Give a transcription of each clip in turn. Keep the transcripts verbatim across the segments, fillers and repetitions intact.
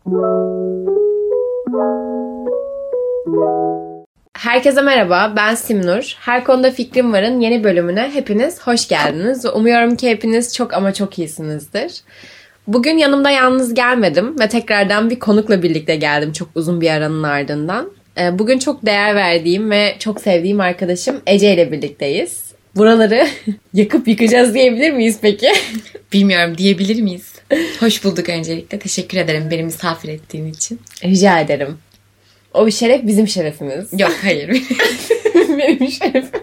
Herkese merhaba, ben Simnur. Her Konuda Fikrim Var'ın yeni bölümüne hepiniz hoş geldiniz. Umuyorum ki hepiniz çok ama çok iyisinizdir. Bugün yanımda yalnız gelmedim ve tekrardan bir konukla birlikte geldim çok uzun bir aranın ardından. Bugün çok değer verdiğim ve çok sevdiğim arkadaşım Ece ile birlikteyiz. Buraları yakıp yıkacağız diyebilir miyiz peki? Bilmiyorum, diyebilir miyiz? Hoş bulduk öncelikle. Teşekkür ederim beni misafir ettiğin için. Rica ederim. O bir şeref bizim şerefimiz. Yok, hayır. Benim şerefim.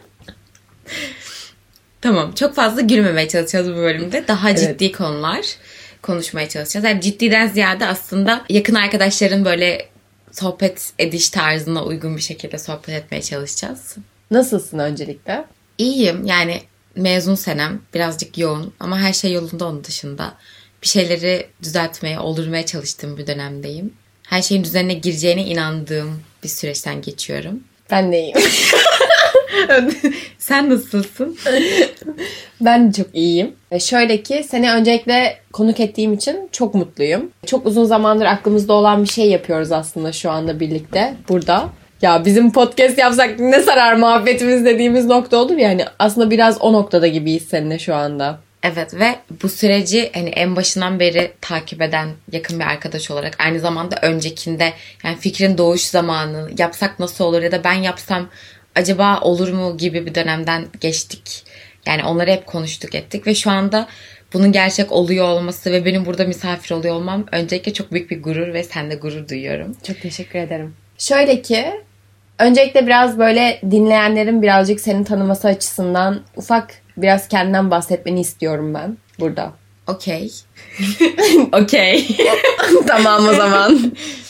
Tamam, çok fazla gülmemeye çalışacağız bu bölümde. Daha Evet. ciddi konular konuşmaya çalışacağız. Yani ciddiden ziyade aslında yakın arkadaşların böyle sohbet ediş tarzına uygun bir şekilde sohbet etmeye çalışacağız. Nasılsın öncelikle? İyiyim, yani mezun senem birazcık yoğun ama her şey yolunda onun dışında. Bir şeyleri düzeltmeye, oldurmaya çalıştığım bir dönemdeyim. Her şeyin düzenine gireceğine inandığım bir süreçten geçiyorum. Ben de iyiyim. Sen nasılsın? Ben de çok iyiyim. Ve şöyle ki seni öncelikle konuk ettiğim için çok mutluyum. Çok uzun zamandır aklımızda olan bir şey yapıyoruz aslında şu anda birlikte burada. Ya bizim podcast yapsak ne sarar muhabbetimiz dediğimiz nokta olur ya. Yani aslında biraz o noktada gibiyiz seninle şu anda. Evet ve bu süreci hani en başından beri takip eden yakın bir arkadaş olarak aynı zamanda öncekinde yani fikrin doğuş zamanı yapsak nasıl olur ya da ben yapsam acaba olur mu gibi bir dönemden geçtik. Yani onları hep konuştuk ettik ve şu anda bunun gerçek oluyor olması ve benim burada misafir oluyor olmam öncelikle çok büyük bir gurur ve sende gurur duyuyorum. Çok teşekkür ederim. Şöyle ki öncelikle biraz böyle dinleyenlerin birazcık seni tanıması açısından ufak biraz kendinden bahsetmeni istiyorum ben burada. Okey. Okey. Tamam o zaman.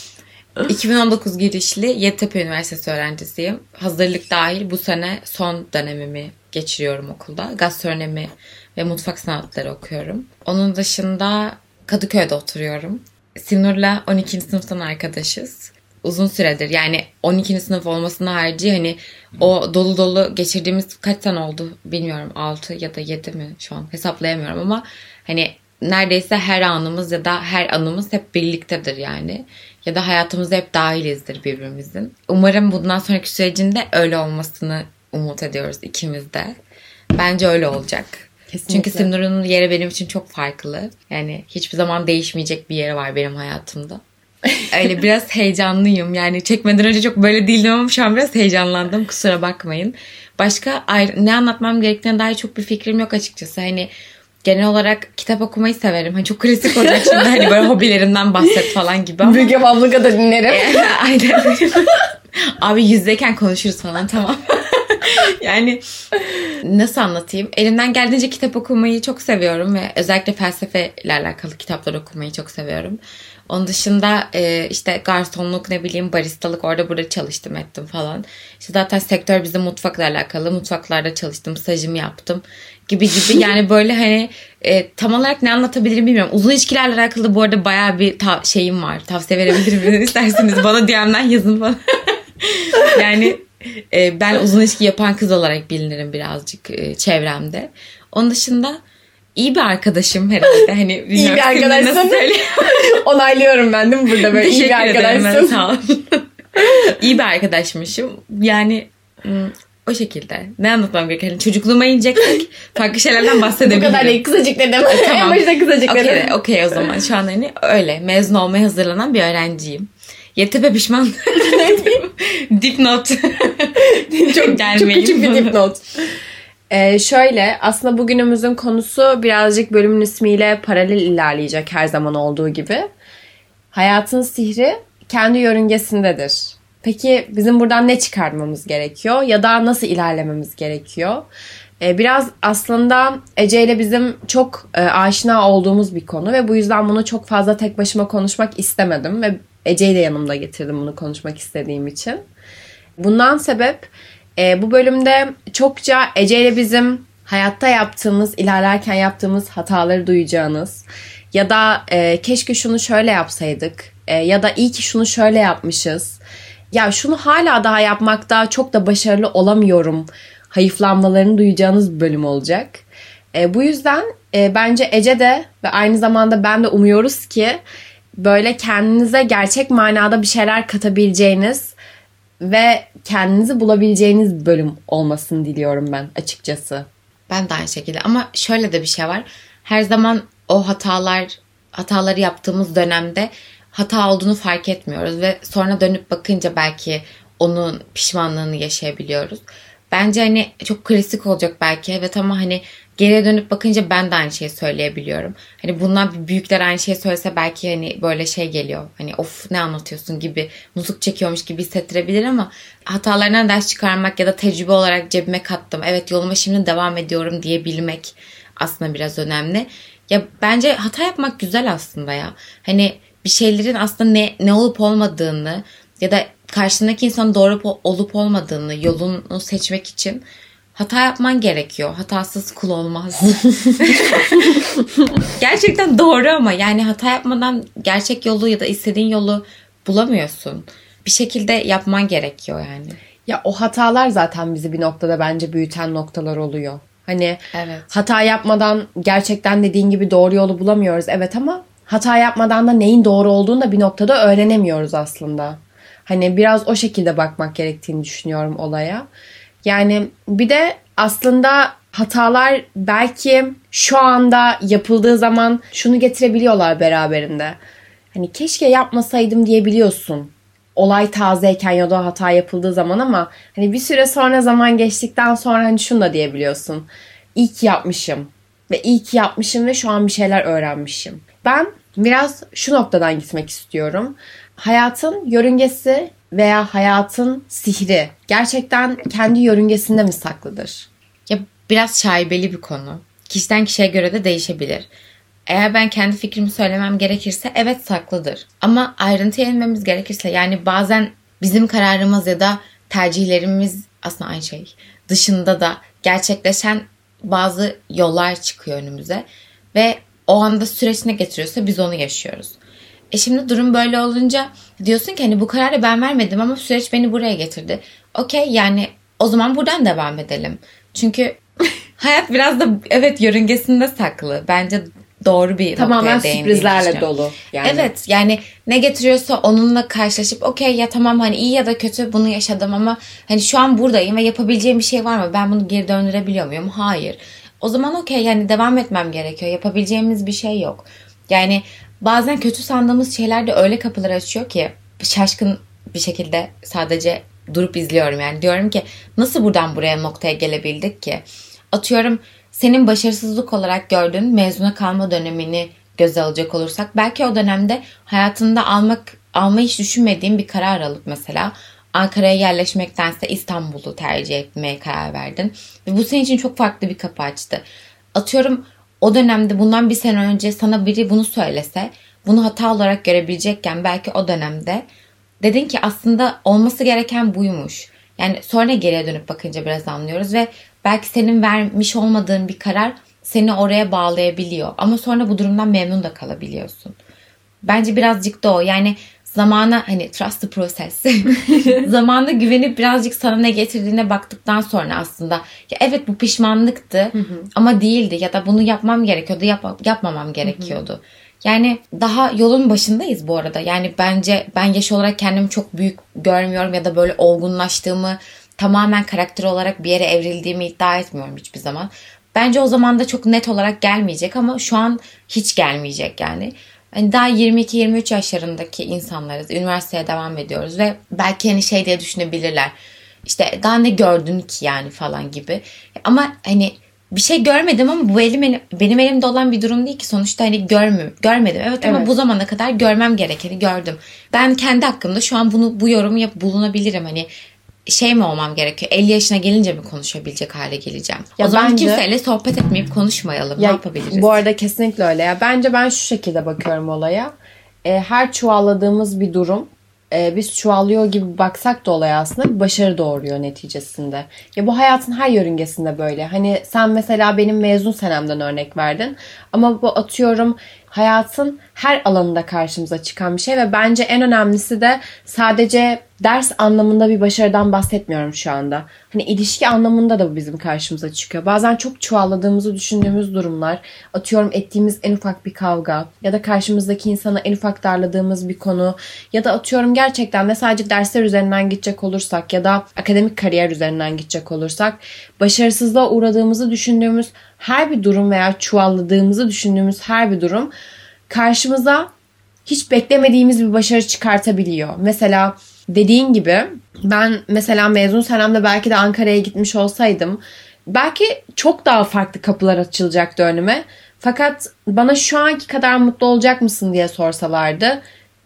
iki bin on dokuz girişli Yeditepe Üniversitesi öğrencisiyim. Hazırlık dahil bu sene son dönemimi geçiriyorum okulda. Gastronomi ve mutfak sanatları okuyorum. Onun dışında Kadıköy'de oturuyorum. Simnur'la on ikinci sınıftan arkadaşız. Uzun süredir yani on ikinci sınıf olmasına harici hani o dolu dolu geçirdiğimiz kaç sene oldu bilmiyorum, altı ya da yedi mi şu an hesaplayamıyorum ama hani neredeyse her anımız ya da her anımız hep birliktedir yani. Ya da hayatımıza hep dahilizdir birbirimizin. Umarım bundan sonraki sürecinde öyle olmasını umut ediyoruz ikimiz de. Bence öyle olacak. Kesinlikle. Çünkü Simnur'un yeri benim için çok farklı. Yani hiçbir zaman değişmeyecek bir yeri var benim hayatımda. Öyle biraz heyecanlıyım. Yani çekmeden önce çok böyle değildim ama şu an biraz heyecanlandım. Kusura bakmayın. Başka ayrı, ne anlatmam gerektiğine dair çok bir fikrim yok açıkçası. Hani genel olarak kitap okumayı severim. Hani çok klasik olacak şimdi hani böyle hobilerimden bahset falan gibi ama. Büyük abla kadar dinlerim. Aynen. Abi yüzdeyken konuşuruz falan, tamam. Yani nasıl anlatayım? Elimden geldiğince kitap okumayı çok seviyorum ve özellikle felsefeyle alakalı kitaplar okumayı çok seviyorum. Onun dışında işte garsonluk, ne bileyim baristalık, orada burada çalıştım ettim falan. İşte zaten sektör bizim mutfakla alakalı. Mutfaklarda çalıştım, stajımı yaptım gibi gibi. Yani böyle hani e, tam olarak ne anlatabilirim bilmiyorum. Uzun ilişkilerle alakalı bu arada bayağı bir ta- şeyim var. Tavsiye verebilirim isterseniz. Bana D M'den yazın falan. Yani e, ben uzun ilişki yapan kız olarak bilinirim birazcık e, çevremde. Onun dışında iyi bir arkadaşım herhalde. Hani İyi bir arkadaşsın. Onaylıyorum ben değil mi burada böyle iyi bir arkadaşsın. Sağ olun. İyi bir arkadaşmışım. Yani o şekilde. Ne anlatmam gerekiyor? Yani çocukluğuma ineceksek farklı şeylerden bahsedebilirim. Bu kadar değil. Kısacık dedim. Tamam. En başta kısacık dedim. Okey okay, o zaman. Şu an hani öyle. Mezun olmaya hazırlanan bir öğrenciyim. Yeditepe pişman. Dipnot. Çok, çok küçük bir dipnot. Ee, şöyle aslında bugünümüzün konusu birazcık bölümün ismiyle paralel ilerleyecek her zaman olduğu gibi. Hayatın sihri kendi yörüngesindedir. Peki bizim buradan ne çıkarmamız gerekiyor ya da nasıl ilerlememiz gerekiyor? Ee, biraz aslında Ece ile bizim çok e, aşina olduğumuz bir konu ve bu yüzden bunu çok fazla tek başıma konuşmak istemedim ve Ece'yi de yanımda getirdim bunu konuşmak istediğim için. Bundan sebep e, bu bölümde çokça Ece ile bizim hayatta yaptığımız, ilerlerken yaptığımız hataları duyacağınız ya da e, keşke şunu şöyle yapsaydık e, ya da iyi ki şunu şöyle yapmışız. Ya şunu hala daha yapmakta çok da başarılı olamıyorum hayıflanmalarını duyacağınız bir bölüm olacak. E, bu yüzden e, bence Ece de ve aynı zamanda ben de umuyoruz ki böyle kendinize gerçek manada bir şeyler katabileceğiniz ve kendinizi bulabileceğiniz bir bölüm olmasını diliyorum ben açıkçası. Ben de aynı şekilde ama şöyle de bir şey var. Her zaman o hatalar hataları yaptığımız dönemde hata olduğunu fark etmiyoruz ve sonra dönüp bakınca belki onun pişmanlığını yaşayabiliyoruz. Bence hani çok klasik olacak belki, evet, ama hani geriye dönüp bakınca ben de aynı şeyi söyleyebiliyorum. Hani bundan büyükler aynı şeyi söylese belki hani böyle şey geliyor. Hani of ne anlatıyorsun gibi, musluk çekiyormuş gibi hissettirebilir ama hatalarından ders çıkarmak ya da tecrübe olarak cebime kattım, evet yoluma şimdi devam ediyorum diyebilmek aslında biraz önemli. Ya bence hata yapmak güzel aslında ya. Hani bir şeylerin aslında ne, ne olup olmadığını ya da karşındaki insanın doğru olup olmadığını, yolunu seçmek için hata yapman gerekiyor. Hatasız kul olmaz. Gerçekten doğru ama yani hata yapmadan gerçek yolu ya da istediğin yolu bulamıyorsun. Bir şekilde yapman gerekiyor yani. Ya o hatalar zaten bizi bir noktada bence büyüten noktalar oluyor. Hani evet. Hata yapmadan gerçekten dediğin gibi doğru yolu bulamıyoruz. Evet, ama hata yapmadan da neyin doğru olduğunu da bir noktada öğrenemiyoruz aslında. Hani biraz o şekilde bakmak gerektiğini düşünüyorum olaya. Yani bir de aslında hatalar belki şu anda yapıldığı zaman şunu getirebiliyorlar beraberinde. Hani keşke yapmasaydım diyebiliyorsun. Olay tazeyken ya da hata yapıldığı zaman, ama hani bir süre sonra, zaman geçtikten sonra hani şunu da diyebiliyorsun. İyi ki yapmışım ve iyi ki yapmışım ve şu an bir şeyler öğrenmişim. Ben biraz şu noktadan gitmek istiyorum. Hayatın yörüngesi veya hayatın sihri gerçekten kendi yörüngesinde mi saklıdır? Ya biraz şaibeli bir konu. Kişiden kişiye göre de değişebilir. Eğer ben kendi fikrimi söylemem gerekirse evet saklıdır. Ama ayrıntıya inmemiz gerekirse, yani bazen bizim kararımız ya da tercihlerimiz aslında aynı şey dışında da gerçekleşen bazı yollar çıkıyor önümüze ve o anda süreç ne getiriyorsa biz onu yaşıyoruz. E şimdi durum böyle olunca diyorsun ki hani bu kararı ben vermedim ama süreç beni buraya getirdi. Okey, yani o zaman buradan devam edelim. Çünkü hayat biraz da evet yörüngesinde saklı. Bence doğru bir tamamen noktaya sürprizlerle dolu. Yani. Evet, yani ne getiriyorsa onunla karşılaşıp okey ya tamam hani iyi ya da kötü bunu yaşadım ama hani şu an buradayım ve yapabileceğim bir şey var mı? Ben bunu geri döndürebiliyor muyum? Hayır. O zaman okey, yani devam etmem gerekiyor. Yapabileceğimiz bir şey yok. Yani bazen kötü sandığımız şeyler de öyle kapılar açıyor ki şaşkın bir şekilde sadece durup izliyorum. Yani diyorum ki nasıl buradan buraya noktaya gelebildik ki? Atıyorum senin başarısızlık olarak gördüğün mezuna kalma dönemini göze alacak olursak belki o dönemde hayatında almak almayı hiç düşünmediğin bir karar alıp mesela Ankara'ya yerleşmektense İstanbul'u tercih etmeye karar verdin. Ve bu senin için çok farklı bir kapı açtı. Atıyorum o dönemde bundan bir sene önce sana biri bunu söylese, bunu hata olarak görebilecekken belki o dönemde dedin ki aslında olması gereken buymuş. Yani sonra geriye dönüp bakınca biraz anlıyoruz ve belki senin vermiş olmadığın bir karar seni oraya bağlayabiliyor. Ama sonra bu durumdan memnun da kalabiliyorsun. Bence birazcık da o. Yani zamana hani trust the process. Zamana güvenip birazcık sana ne getirdiğine baktıktan sonra aslında ya evet bu pişmanlıktı hı hı. ama değildi ya da bunu yapmam gerekiyordu, yap- yapmamam gerekiyordu. Hı hı. Yani daha yolun başındayız bu arada. Yani bence ben yaş olarak kendimi çok büyük görmüyorum ya da böyle olgunlaştığımı, tamamen karakter olarak bir yere evrildiğimi iddia etmiyorum hiçbir zaman. Bence o zaman da çok net olarak gelmeyecek ama şu an hiç gelmeyecek yani. Yani daha yirmi iki yirmi üç yaşlarındaki insanlarız. Üniversiteye devam ediyoruz ve belki hani şey diye düşünebilirler. İşte daha ne gördün ki yani falan gibi. Ama hani bir şey görmedim ama bu elim benim elimde olan bir durum değil ki. Sonuçta hani görmüm, görmedim. Evet ama evet. Bu zamana kadar görmem gerekeni gördüm. Ben kendi hakkımda şu an bunu bu yorumu yapıp bulunabilirim. Hani şey mi olmam gerekiyor? elli yaşına gelince mi konuşabilecek hale geleceğim? Ya o zaman bence, kimseyle sohbet etmeyip konuşmayalım. Ya, ne yapabiliriz? Bu arada kesinlikle öyle ya. Bence ben şu şekilde bakıyorum olaya. E, her çuvalladığımız bir durum e, biz çuvallıyor gibi baksak da olaya aslında bir başarı doğuruyor neticesinde. Ya bu hayatın her yörüngesinde böyle. Hani sen mesela benim mezun senemden örnek verdin. Ama bu atıyorum hayatın her alanında karşımıza çıkan bir şey ve bence en önemlisi de sadece ders anlamında bir başarıdan bahsetmiyorum şu anda. Hani ilişki anlamında da bu bizim karşımıza çıkıyor. Bazen çok çuvalladığımızı düşündüğümüz durumlar, atıyorum ettiğimiz en ufak bir kavga ya da karşımızdaki insana en ufak darladığımız bir konu ya da atıyorum gerçekten de sadece dersler üzerinden gidecek olursak ya da akademik kariyer üzerinden gidecek olursak başarısızlığa uğradığımızı düşündüğümüz her bir durum veya çuvalladığımızı düşündüğümüz her bir durum karşımıza hiç beklemediğimiz bir başarı çıkartabiliyor. Mesela dediğin gibi ben mesela mezun senemde belki de Ankara'ya gitmiş olsaydım belki çok daha farklı kapılar açılacaktı önüme. Fakat bana şu anki kadar mutlu olacak mısın diye sorsalardı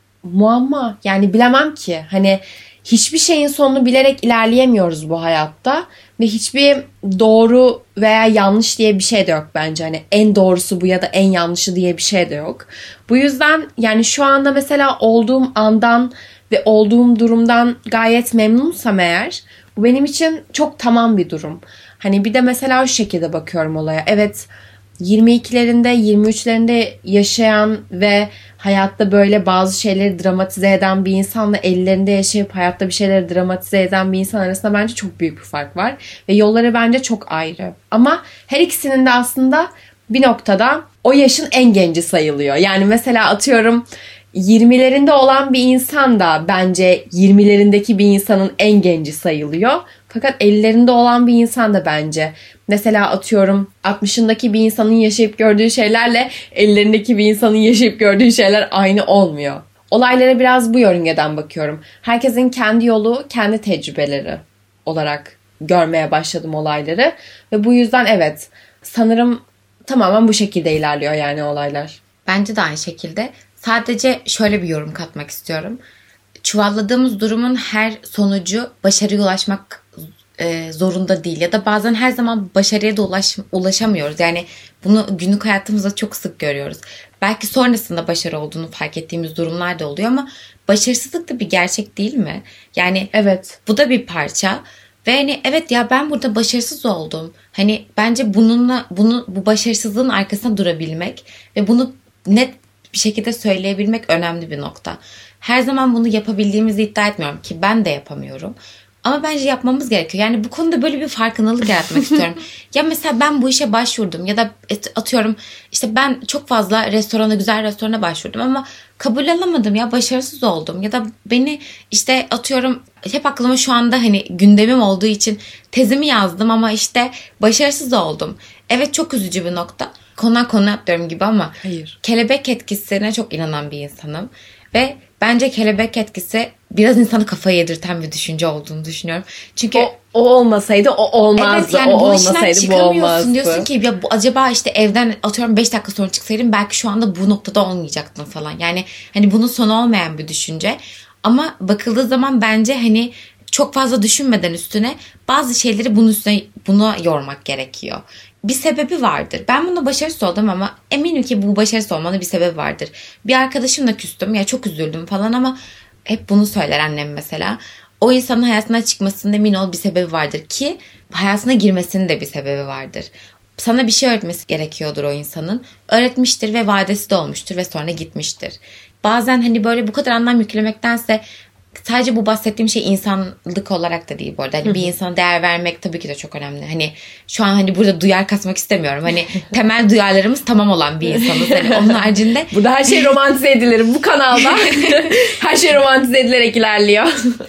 muamma. Yani bilemem ki. Hani hiçbir şeyin sonunu bilerek ilerleyemiyoruz bu hayatta. Ve hiçbir doğru veya yanlış diye bir şey de yok bence. Hani en doğrusu bu ya da en yanlışı diye bir şey de yok. Bu yüzden yani şu anda mesela olduğum andan ve olduğum durumdan gayet memnunsam eğer bu benim için çok tamam bir durum. Hani bir de mesela şu şekilde bakıyorum olaya. Evet, yirmi ikilerinde yirmi üçlerinde yaşayan ve hayatta böyle bazı şeyleri dramatize eden bir insanla ellerinde yaşayıp hayatta bir şeyleri dramatize eden bir insan arasında bence çok büyük bir fark var. Ve yolları bence çok ayrı. Ama her ikisinin de aslında bir noktada o yaşın en genci sayılıyor. Yani mesela atıyorum yirmilerinde olan bir insan da bence yirmilerindeki bir insanın en genci sayılıyor. Fakat ellerinde olan bir insan da bence mesela atıyorum altmışındaki bir insanın yaşayıp gördüğü şeylerle ellerindeki bir insanın yaşayıp gördüğü şeyler aynı olmuyor. Olaylara biraz bu yörüngeden bakıyorum. Herkesin kendi yolu, kendi tecrübeleri olarak görmeye başladım olayları. Ve bu yüzden evet, sanırım tamamen bu şekilde ilerliyor yani olaylar. Bence de aynı şekilde. Sadece şöyle bir yorum katmak istiyorum. Çuvalladığımız durumun her sonucu başarıya ulaşmak e, zorunda değil. Ya da bazen her zaman başarıya da ulaş, ulaşamıyoruz. Yani bunu günlük hayatımızda çok sık görüyoruz. Belki sonrasında başarı olduğunu fark ettiğimiz durumlar da oluyor ama başarısızlık da bir gerçek değil mi? Yani evet, bu da bir parça. Ve hani evet ya ben burada başarısız oldum. Hani bence bununla bunu bu başarısızlığın arkasında durabilmek ve bunu net bir şekilde söyleyebilmek önemli bir nokta. Her zaman bunu yapabildiğimizi iddia etmiyorum ki ben de yapamıyorum. Ama bence yapmamız gerekiyor. Yani bu konuda böyle bir farkındalık yaratmak istiyorum. Ya mesela ben bu işe başvurdum ya da atıyorum işte ben çok fazla restorana, güzel restorana başvurdum ama kabul alamadım ya, başarısız oldum. Ya da beni işte atıyorum hep aklıma şu anda hani gündemim olduğu için tezimi yazdım ama işte başarısız oldum. Evet, çok üzücü bir nokta. Konudan konuya atlıyorum gibi ama hayır. Kelebek etkisine çok inanan bir insanım. Ve bence kelebek etkisi biraz insanı kafaya yedirten bir düşünce olduğunu düşünüyorum. Çünkü o, o olmasaydı o olmazdı. Evet, yani o bu olmasaydı bu olmazdı. Diyorsun ki ya bu, acaba işte evden atıyorum beş dakika sonra çıksaydım belki şu anda bu noktada olmayacaktım falan. Yani hani bunun sonu olmayan bir düşünce. Ama bakıldığı zaman bence hani çok fazla düşünmeden üstüne bazı şeyleri bunun üstüne buna yormak gerekiyor. Bir sebebi vardır. Ben bunda başarısız oldum ama eminim ki bu başarısız olmanın bir sebebi vardır. Bir arkadaşımla küstüm ya, çok üzüldüm falan ama hep bunu söyler annem mesela. O insanın hayatına çıkmasının emin ol bir sebebi vardır ki hayatına girmesinin de bir sebebi vardır. Sana bir şey öğretmesi gerekiyordur o insanın. Öğretmiştir ve vadesi de olmuştur ve sonra gitmiştir. Bazen hani böyle bu kadar anlam yüklemektense sadece bu bahsettiğim şey insanlık olarak da değil bu arada. Hani bir insana değer vermek tabii ki de çok önemli. Hani şu an hani burada duyar kasmak istemiyorum. Hani temel duyarlarımız tamam olan bir insanız. Hani onun haricinde burada her şey romantize edilir. Bu kanalda her şey romantize edilerek ilerliyor.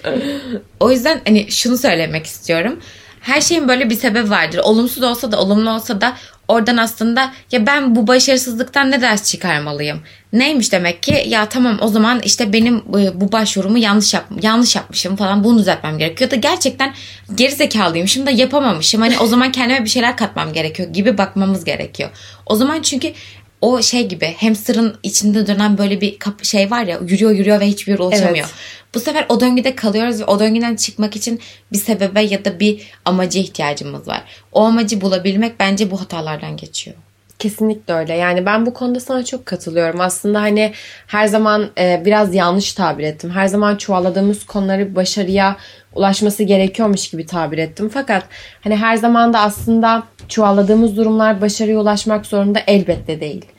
O yüzden hani şunu söylemek istiyorum. Her şeyin böyle bir sebebi vardır. Olumsuz olsa da olumlu olsa da oradan aslında ya ben bu başarısızlıktan ne ders çıkarmalıyım? Neymiş demek ki ya tamam o zaman işte benim bu başvurumu yanlış yap yanlış yapmışım falan, bunu düzeltmem gerekiyor da gerçekten gerizekalıymışım da yapamamışım. Hani o zaman kendime bir şeyler katmam gerekiyor gibi bakmamız gerekiyor. O zaman çünkü o şey gibi hamsterın içinde dönen böyle bir şey var ya, yürüyor yürüyor ve hiçbir yere ulaşamıyor. Evet. Bu sefer o döngüde kalıyoruz ve o döngüden çıkmak için bir sebebe ya da bir amaca ihtiyacımız var. O amacı bulabilmek bence bu hatalardan geçiyor. Kesinlikle öyle. Yani ben bu konuda sana çok katılıyorum. Aslında hani her zaman e, biraz yanlış tabir ettim. Her zaman çuvalladığımız konuları başarıya ulaşması gerekiyormuş gibi tabir ettim. Fakat hani her zaman da aslında çuvalladığımız durumlar başarıya ulaşmak zorunda elbette değil.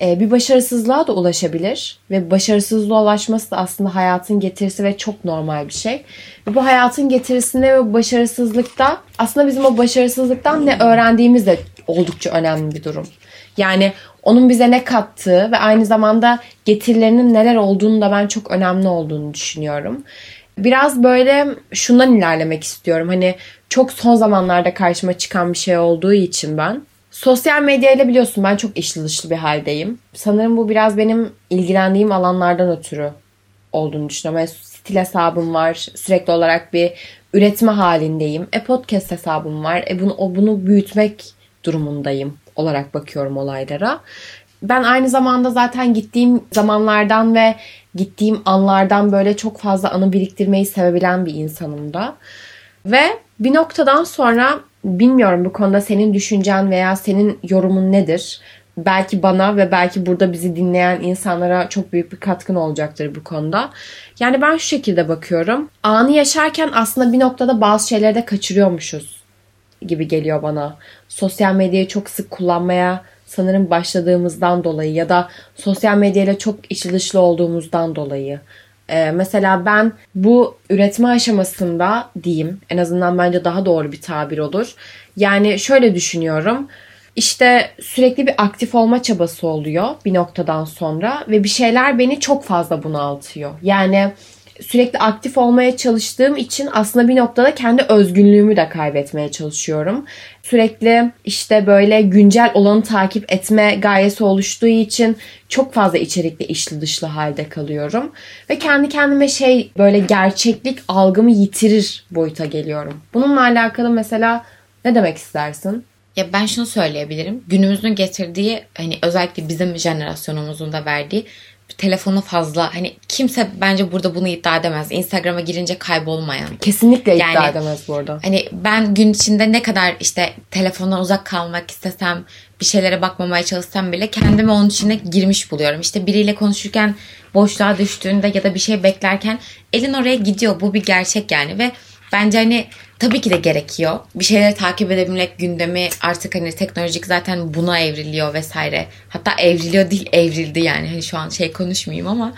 e, bir başarısızlığa da ulaşabilir. Ve başarısızlığa ulaşması da aslında hayatın getirisi ve çok normal bir şey. Ve bu hayatın getirisinde ve başarısızlıkta aslında bizim o başarısızlıktan ne öğrendiğimiz de oldukça önemli bir durum. Yani onun bize ne kattığı ve aynı zamanda getirilerinin neler olduğunu da ben çok önemli olduğunu düşünüyorum. Biraz böyle şundan ilerlemek istiyorum. Hani çok son zamanlarda karşıma çıkan bir şey olduğu için ben. Sosyal medyayla biliyorsun ben çok içli dışlı bir haldeyim. Sanırım bu biraz benim ilgilendiğim alanlardan ötürü olduğunu düşünüyorum. Yani stil hesabım var. Sürekli olarak bir üretme halindeyim. E podcast hesabım var. E bunu, o bunu büyütmek durumundayım olarak bakıyorum olaylara. Ben aynı zamanda zaten gittiğim zamanlardan ve gittiğim anlardan böyle çok fazla anı biriktirmeyi sevebilen bir insanım da. Ve bir noktadan sonra bilmiyorum bu konuda senin düşüncen veya senin yorumun nedir? Belki bana ve belki burada bizi dinleyen insanlara çok büyük bir katkın olacaktır bu konuda. Yani ben şu şekilde bakıyorum. Anı yaşarken aslında bir noktada bazı şeyleri de kaçırıyormuşuz gibi geliyor bana. Sosyal medyayı çok sık kullanmaya sanırım başladığımızdan dolayı ya da sosyal medyayla çok içli dışlı olduğumuzdan dolayı. Ee, mesela ben bu üretme aşamasında diyeyim, en azından bence daha doğru bir tabir olur. Yani şöyle düşünüyorum. İşte sürekli bir aktif olma çabası oluyor bir noktadan sonra ve bir şeyler beni çok fazla bunaltıyor. Yani sürekli aktif olmaya çalıştığım için aslında bir noktada kendi özgünlüğümü de kaybetmeye çalışıyorum. Sürekli işte böyle güncel olanı takip etme gayesi oluştuğu için çok fazla içerikle içli dışlı halde kalıyorum. Ve kendi kendime şey böyle gerçeklik algımı yitirir boyuta geliyorum. Bununla alakalı mesela ne demek istersin? Ya ben şunu söyleyebilirim. Günümüzün getirdiği hani özellikle bizim jenerasyonumuzun da verdiği telefonu fazla hani kimse bence burada bunu iddia edemez. Instagram'a girince kaybolmayan. Kesinlikle iddia yani, edemez bu arada. Hani ben gün içinde ne kadar işte telefondan uzak kalmak istesem, bir şeylere bakmamaya çalışsam bile kendimi onun içine girmiş buluyorum. İşte biriyle konuşurken boşluğa düştüğünde ya da bir şey beklerken elin oraya gidiyor. Bu bir gerçek yani ve bence hani tabii ki de gerekiyor. Bir şeyleri takip edebilmek, gündemi artık hani teknolojik zaten buna evriliyor vesaire. Hatta evriliyor değil, evrildi yani. Hani şu an şey konuşmayayım ama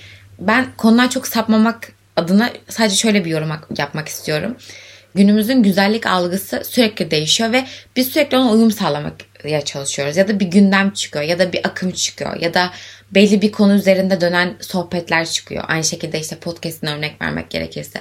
ben konudan çok sapmamak adına sadece şöyle bir yorum yapmak istiyorum. Günümüzün güzellik algısı sürekli değişiyor ve biz sürekli ona uyum sağlamaya çalışıyoruz. Ya da bir gündem çıkıyor ya da bir akım çıkıyor ya da belli bir konu üzerinde dönen sohbetler çıkıyor. Aynı şekilde işte podcast'ine örnek vermek gerekirse.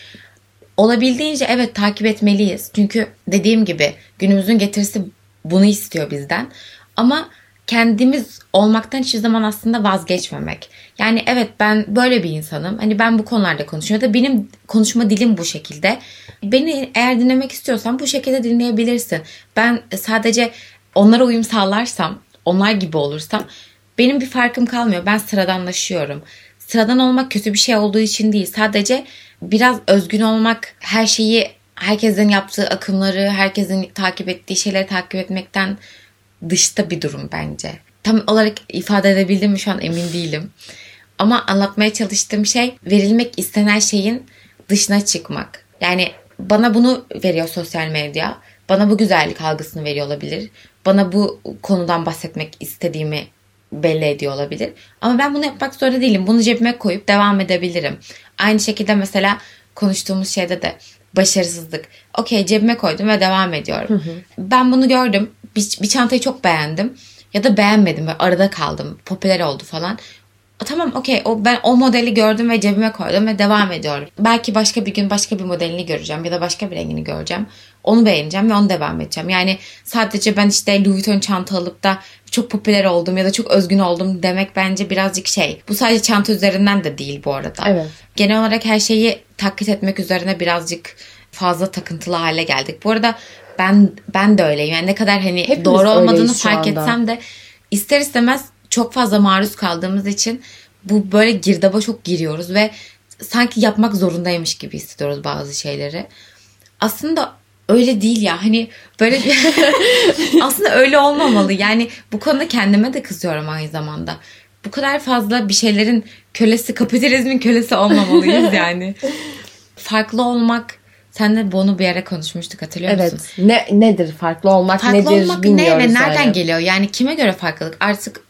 Olabildiğince evet takip etmeliyiz. Çünkü dediğim gibi günümüzün getirisi bunu istiyor bizden. Ama kendimiz olmaktan hiçbir zaman aslında vazgeçmemek. Yani evet ben böyle bir insanım. Hani ben bu konularda konuşuyorum. Ya da benim konuşma dilim bu şekilde. Beni eğer dinlemek istiyorsan bu şekilde dinleyebilirsin. Ben sadece onlara uyum sağlarsam, onlar gibi olursam benim bir farkım kalmıyor. Ben sıradanlaşıyorum. Sıradan olmak kötü bir şey olduğu için değil. Sadece biraz özgün olmak, her şeyi herkesin yaptığı akımları, herkesin takip ettiği şeyleri takip etmekten dışta bir durum bence. Tam olarak ifade edebildim mi şu an emin değilim. Ama anlatmaya çalıştığım şey verilmek istenen şeyin dışına çıkmak. Yani bana bunu veriyor sosyal medya. Bana bu güzellik algısını veriyor olabilir. Bana bu konudan bahsetmek istediğimi belli ediyor olabilir. Ama ben bunu yapmak zorunda değilim. Bunu cebime koyup devam edebilirim. Aynı şekilde mesela konuştuğumuz şeyde de başarısızlık. Okey cebime koydum ve devam ediyorum. Hı hı. Ben bunu gördüm. Bir, bir çantayı çok beğendim. Ya da beğenmedim ve arada kaldım. Popüler oldu falan. Tamam okey o, ben o modeli gördüm ve cebime koydum ve devam ediyorum. Belki başka bir gün başka bir modelini göreceğim ya da başka bir rengini göreceğim. Onu beğeneceğim ve onu devam edeceğim. Yani sadece ben işte Louis Vuitton çanta alıp da çok popüler oldum ya da çok özgün oldum demek bence birazcık şey. Bu sadece çanta üzerinden de değil bu arada. Evet. Genel olarak her şeyi taklit etmek üzerine birazcık fazla takıntılı hale geldik. Bu arada ben ben de öyleyim. Yani ne kadar hani hepimiz doğru olmadığını fark anda. etsem de ister istemez çok fazla maruz kaldığımız için bu böyle girdaba çok giriyoruz ve sanki yapmak zorundaymış gibi hissediyoruz bazı şeyleri. Aslında öyle değil ya. Hani böyle aslında öyle olmamalı. Yani bu konuda kendime de kızıyorum aynı zamanda. Bu kadar fazla bir şeylerin kölesi, kapitalizmin kölesi olmamalıyız yani. Farklı olmak, sen de bunu bir ara konuşmuştuk hatırlıyor evet. musun? Evet. Ne, nedir farklı olmak farklı nedir olmak bilmiyoruz. Ne ve nereden yani. geliyor? Yani kime göre farklılık? Artık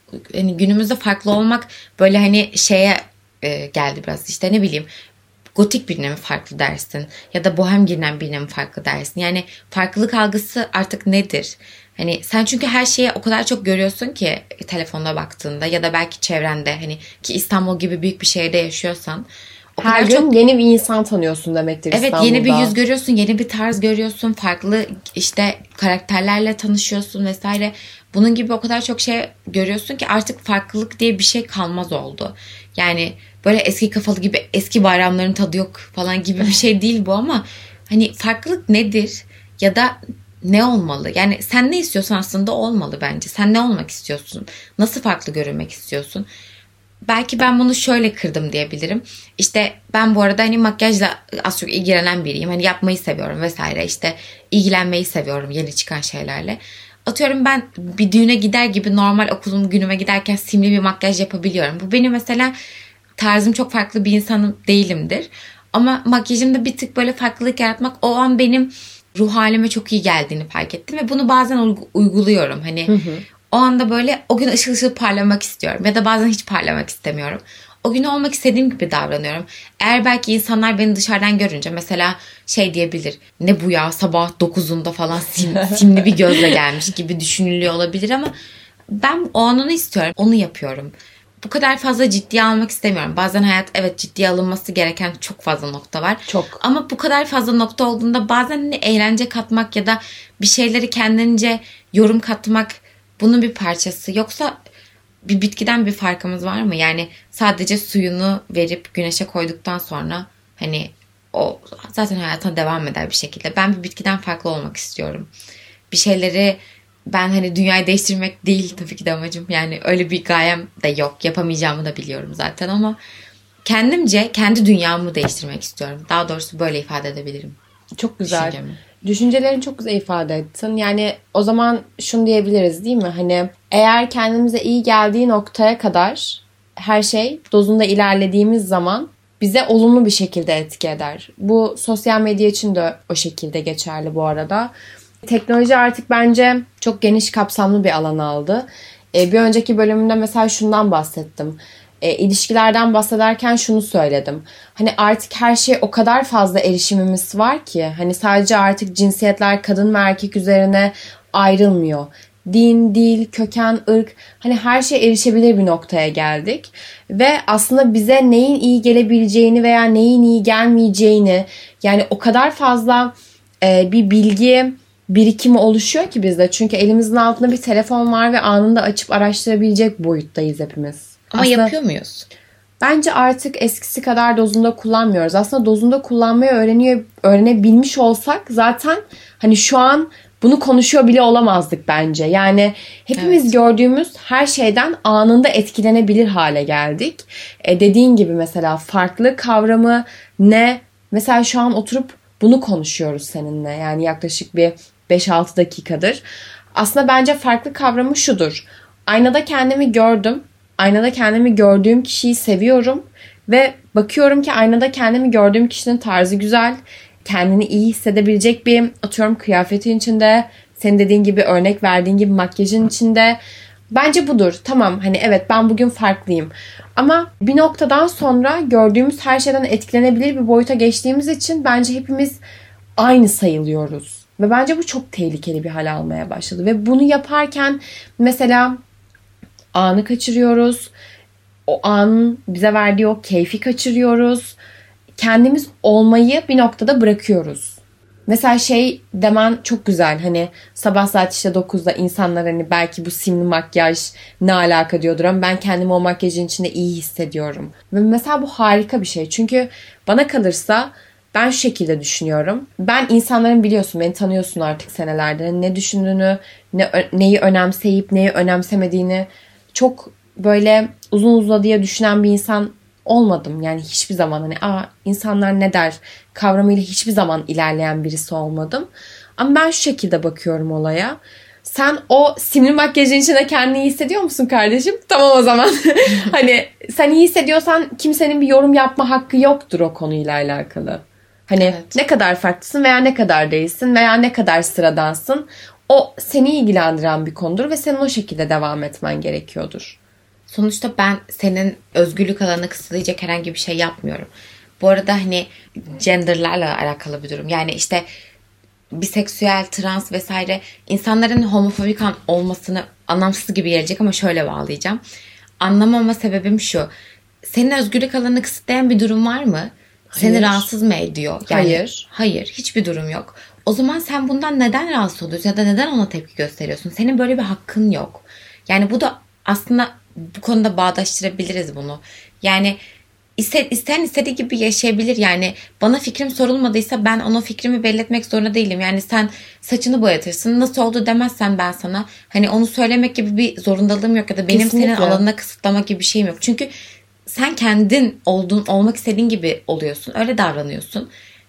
hani günümüzde farklı olmak böyle hani şeye e, geldi biraz. İşte ne bileyim, gotik birine mi farklı dersin ya da bohem giyinen birine mi farklı dersin? Yani farklılık algısı artık nedir? Hani sen çünkü her şeyi o kadar çok görüyorsun ki telefonda baktığında ya da belki çevrende, hani ki İstanbul gibi büyük bir şehirde yaşıyorsan o her kadar gün çok... yeni bir insan tanıyorsun demektir Evet, İstanbul'da. yeni bir yüz görüyorsun, yeni bir tarz görüyorsun, farklı işte karakterlerle tanışıyorsun vesaire. Bunun gibi o kadar çok şey görüyorsun ki artık farklılık diye bir şey kalmaz oldu. Yani böyle eski kafalı gibi eski bayramların tadı yok falan gibi bir şey değil bu, ama hani farklılık nedir ya da ne olmalı? Yani sen ne istiyorsan aslında olmalı bence. Sen ne olmak istiyorsun? Nasıl farklı görünmek istiyorsun? Belki ben bunu şöyle kırdım diyebilirim. İşte ben bu arada hani makyajla az çok ilgilenen biriyim. Hani yapmayı seviyorum vesaire. İşte ilgilenmeyi seviyorum yeni çıkan şeylerle. Atıyorum ben bir düğüne gider gibi normal okulum günüme giderken simli bir makyaj yapabiliyorum. Bu benim mesela tarzım, çok farklı bir insanım değilimdir. Ama makyajımda bir tık böyle farklılık yaratmak o an benim ruh halime çok iyi geldiğini fark ettim. Ve bunu bazen uyguluyorum. Hani hı hı. O anda böyle o gün ışıl ışıl parlamak istiyorum. Ya da bazen hiç parlamak istemiyorum. O gün olmak istediğim gibi davranıyorum. Eğer belki insanlar beni dışarıdan görünce mesela şey diyebilir. Ne bu ya, sabah dokuzunda falan sim, simli bir gözle gelmiş gibi düşünülüyor olabilir, ama ben o an onu istiyorum. Onu yapıyorum. Bu kadar fazla ciddiye almak istemiyorum. Bazen hayat evet ciddiye alınması gereken çok fazla nokta var. Çok. Ama bu kadar fazla nokta olduğunda bazen de eğlence katmak ya da bir şeyleri kendince yorum katmak bunun bir parçası. Yoksa bir bitkiden bir farkımız var mı? Yani sadece suyunu verip güneşe koyduktan sonra hani o zaten hayatına devam eder bir şekilde. Ben bir bitkiden farklı olmak istiyorum. Bir şeyleri ben hani dünyayı değiştirmek değil tabii ki de amacım. Yani öyle bir gayem de yok. Yapamayacağımı da biliyorum zaten, ama kendimce kendi dünyamı değiştirmek istiyorum. Daha doğrusu böyle ifade edebilirim. Çok güzel. Düşüncemi. Düşüncelerini çok güzel ifade ettin. Yani o zaman şunu diyebiliriz değil mi? Hani eğer kendimize iyi geldiği noktaya kadar her şey dozunda ilerlediğimiz zaman bize olumlu bir şekilde etki eder. Bu sosyal medya için de o şekilde geçerli bu arada. Teknoloji artık bence çok geniş kapsamlı bir alan aldı. Bir önceki bölümümde mesela şundan bahsettim. E, ilişkilerden bahsederken şunu söyledim. Hani artık her şeye o kadar fazla erişimimiz var ki hani sadece artık cinsiyetler kadın ve erkek üzerine ayrılmıyor. Din, dil, köken, ırk, hani her şeye erişebilir bir noktaya geldik. Ve aslında bize neyin iyi gelebileceğini veya neyin iyi gelmeyeceğini, yani o kadar fazla e, bir bilgi birikimi oluşuyor ki bizde. Çünkü elimizin altında bir telefon var ve anında açıp araştırabilecek boyuttayız hepimiz. Ama aslında yapıyor muyuz? Bence artık eskisi kadar dozunda kullanmıyoruz. Aslında dozunda kullanmayı öğreniyor, öğrenebilmiş olsak zaten hani şu an bunu konuşuyor bile olamazdık bence. Yani hepimiz evet. gördüğümüz her şeyden anında etkilenebilir hale geldik. E dediğin gibi mesela farklı kavramı ne? Mesela şu an oturup bunu konuşuyoruz seninle. Yani yaklaşık bir beş altı dakikadır. Aslında bence farklı kavramı şudur. Aynada kendimi gördüm. Aynada kendimi gördüğüm kişiyi seviyorum. Ve bakıyorum ki aynada kendimi gördüğüm kişinin tarzı güzel. Kendini iyi hissedebilecek bir, atıyorum kıyafetin içinde. Senin dediğin gibi, örnek verdiğin gibi makyajın içinde. Bence budur. Tamam hani evet ben bugün farklıyım. Ama bir noktadan sonra gördüğümüz her şeyden etkilenebilir bir boyuta geçtiğimiz için bence hepimiz aynı sayılıyoruz. Ve bence bu çok tehlikeli bir hal almaya başladı. Ve bunu yaparken mesela anı kaçırıyoruz. O an bize verdiği o keyfi kaçırıyoruz. Kendimiz olmayı bir noktada bırakıyoruz. Mesela şey demen çok güzel. Hani sabah saat işte dokuzda insanlar hani belki bu simli makyaj ne alaka diyordur ama ben kendimi o makyajın içinde iyi hissediyorum. Ve mesela bu harika bir şey. Çünkü bana kalırsa ben şu şekilde düşünüyorum. Ben insanların, biliyorsun beni tanıyorsun artık senelerdir, ne düşündüğünü, ne, neyi önemseyip neyi önemsemediğini çok böyle uzun uzadıya düşünen bir insan olmadım. Yani hiçbir zaman hani aa insanlar ne der kavramıyla hiçbir zaman ilerleyen birisi olmadım. Ama ben şu şekilde bakıyorum olaya. Sen o simli makyajın içinde kendini iyi hissediyor musun kardeşim? Tamam o zaman. Hani sen iyi hissediyorsan kimsenin bir yorum yapma hakkı yoktur o konuyla alakalı. Hani evet. Ne kadar farklısın veya ne kadar değilsin veya ne kadar sıradansın. O seni ilgilendiren bir konudur ve senin o şekilde devam etmen gerekiyordur. Sonuçta ben senin özgürlük alanını kısıtlayacak herhangi bir şey yapmıyorum. Bu arada hani genderlarla alakalı bir durum. Yani işte biseksüel, trans vesaire insanların homofobik olmasını anlamsız gibi gelecek ama şöyle bağlayacağım. Anlamama sebebim şu. Senin özgürlük alanını kısıtlayan bir durum var mı? Seni hayır. Rahatsız mı ediyor? Yani, hayır. Hayır. Hiçbir durum yok. O zaman sen bundan neden rahatsız oluyorsun ya da neden ona tepki gösteriyorsun? Senin böyle bir hakkın yok. Yani bu da aslında bu konuda bağdaştırabiliriz bunu. Yani isteyen istediği gibi yaşayabilir. Yani bana fikrim sorulmadıysa ben ona fikrimi belli etmek zorunda değilim. Yani sen saçını boyatırsın. Nasıl oldu demezsen ben sana hani onu söylemek gibi bir zorundalığım yok ya da benim kesinlikle. Senin alanına kısıtlamak gibi bir şeyim yok. Çünkü sen kendin olduğun, olmak istediğin gibi oluyorsun. Öyle davranıyorsun.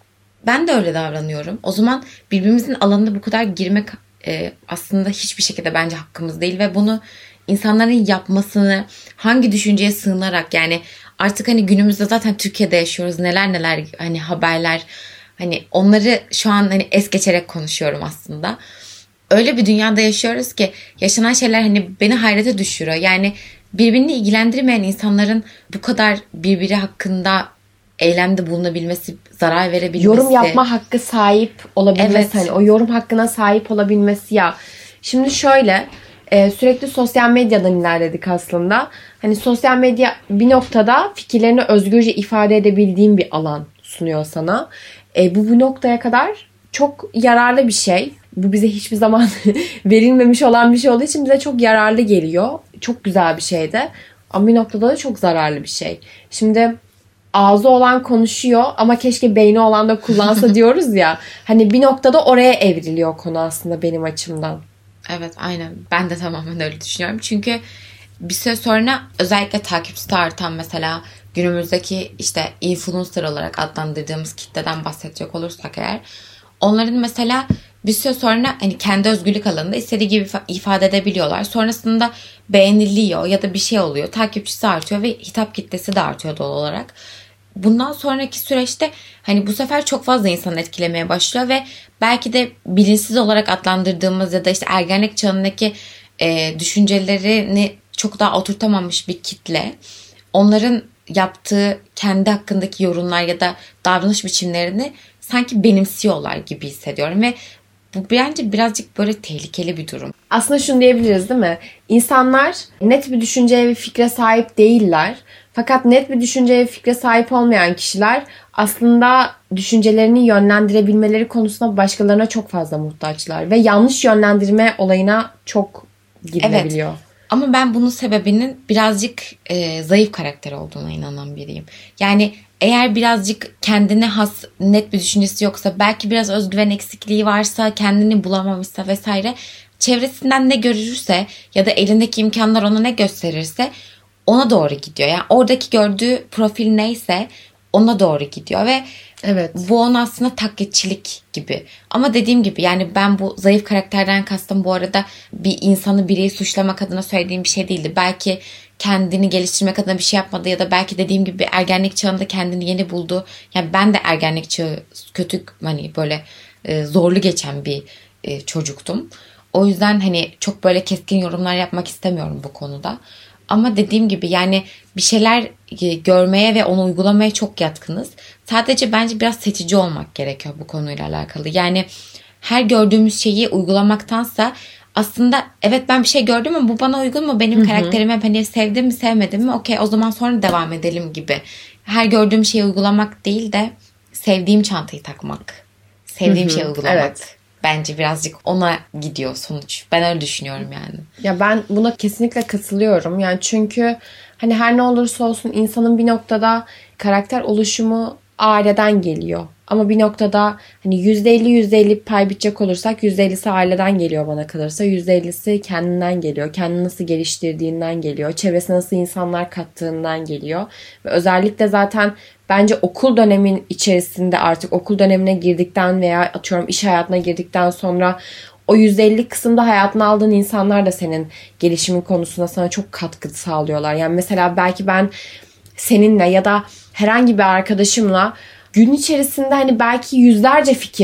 Ben de öyle davranıyorum. O zaman birbirimizin alanına bu kadar girmek e, aslında hiçbir şekilde bence hakkımız değil ve bunu insanların yapmasını hangi düşünceye sığınarak yani artık hani günümüzde zaten Türkiye'de yaşıyoruz. Neler neler hani haberler hani onları şu an hani es geçerek konuşuyorum aslında. Öyle bir dünyada yaşıyoruz ki yaşanan şeyler hani beni hayrete düşürüyor. Yani birbirini ilgilendirmeyen insanların bu kadar birbiri hakkında eylemde bulunabilmesi, zarar verebilmesi. Yorum yapma hakkı sahip olabilmesi. Evet. Hani o yorum hakkına sahip olabilmesi ya. Şimdi şöyle e, sürekli sosyal medyadan ilerledik aslında. Hani sosyal medya bir noktada fikirlerini özgürce ifade edebildiğin bir alan sunuyor sana. E, bu bu noktaya kadar çok yararlı bir şey. Bu bize hiçbir zaman verilmemiş olan bir şey olduğu için bize çok yararlı geliyor. Çok güzel bir şey de. Ama bir noktada da çok zararlı bir şey. Şimdi ağzı olan konuşuyor ama keşke beyni olan da kullansa diyoruz ya. Hani bir noktada oraya evriliyor konu aslında benim açımdan. Evet aynen. Ben de tamamen öyle düşünüyorum. Çünkü bir süre sonra özellikle takipçisi artan mesela günümüzdeki işte influencer olarak adlandırdığımız kitleden bahsedecek olursak eğer onların mesela bir süre sonra hani kendi özgürlük alanında istediği gibi ifade edebiliyorlar. Sonrasında beğeniliyor ya da bir şey oluyor. Takipçisi artıyor ve hitap kitlesi de artıyor doğal olarak. Bundan sonraki süreçte hani bu sefer çok fazla insanı etkilemeye başlıyor ve belki de bilinçsiz olarak adlandırdığımız ya da işte ergenlik çağındaki e, düşüncelerini çok daha oturtamamış bir kitle onların yaptığı kendi hakkındaki yorumlar ya da davranış biçimlerini sanki benimsiyorlar gibi hissediyorum ve bu bence birazcık böyle tehlikeli bir durum. Aslında şunu diyebiliriz değil mi? İnsanlar net bir düşünceye ve fikre sahip değiller. Fakat net bir düşünceye ve fikre sahip olmayan kişiler aslında düşüncelerini yönlendirebilmeleri konusunda başkalarına çok fazla muhtaçlar. Ve yanlış yönlendirme olayına çok gidilebiliyor. Evet. Ama ben bunun sebebinin birazcık e, zayıf karakter olduğuna inanan biriyim. Yani eğer birazcık kendine has net bir düşüncesi yoksa, belki biraz özgüven eksikliği varsa, kendini bulamamışsa vesaire, çevresinden ne görürse ya da elindeki imkanlar ona ne gösterirse ona doğru gidiyor. Yani oradaki gördüğü profil neyse ona doğru gidiyor ve evet, bu onun aslında taklitçilik gibi. Ama dediğim gibi yani ben bu zayıf karakterden kastım bu arada bir insanı, bireyi suçlamak adına söylediğim bir şey değildi. Belki kendini geliştirmek adına bir şey yapmadı ya da belki dediğim gibi ergenlik çağında kendini yeni buldu. Yani ben de ergenlik çağı kötü, hani böyle e, zorlu geçen bir e, çocuktum. O yüzden hani çok böyle keskin yorumlar yapmak istemiyorum bu konuda. Ama dediğim gibi yani bir şeyler görmeye ve onu uygulamaya çok yatkınız. Sadece bence biraz seçici olmak gerekiyor bu konuyla alakalı. Yani her gördüğümüz şeyi uygulamaktansa aslında evet ben bir şey gördüm ama bu bana uygun mu? Benim karakterime hani sevdim mi sevmedim mi? Okey, o zaman sonra devam edelim gibi. Her gördüğüm şeyi uygulamak değil de sevdiğim çantayı takmak. Sevdiğim şeyi uygulamak. Evet. Bence birazcık ona gidiyor sonuç. Ben öyle düşünüyorum yani. Ya ben buna kesinlikle katılıyorum. Yani çünkü hani her ne olursa olsun insanın bir noktada karakter oluşumu aileden geliyor. Ama bir noktada hani yüzde elli yüzde elli pay bitecek olursak yüzde ellisi aileden geliyor bana kalırsa. yüzde ellisi kendinden geliyor. Kendini nasıl geliştirdiğinden geliyor. Çevresine nasıl insanlar kattığından geliyor. Ve özellikle zaten bence okul dönemin içerisinde, artık okul dönemine girdikten veya atıyorum iş hayatına girdikten sonra o yüzde elli kısımda hayatına aldığın insanlar da senin gelişimin konusunda sana çok katkı sağlıyorlar. Yani mesela belki ben seninle ya da herhangi bir arkadaşımla gün içerisinde hani belki yüzlerce fikir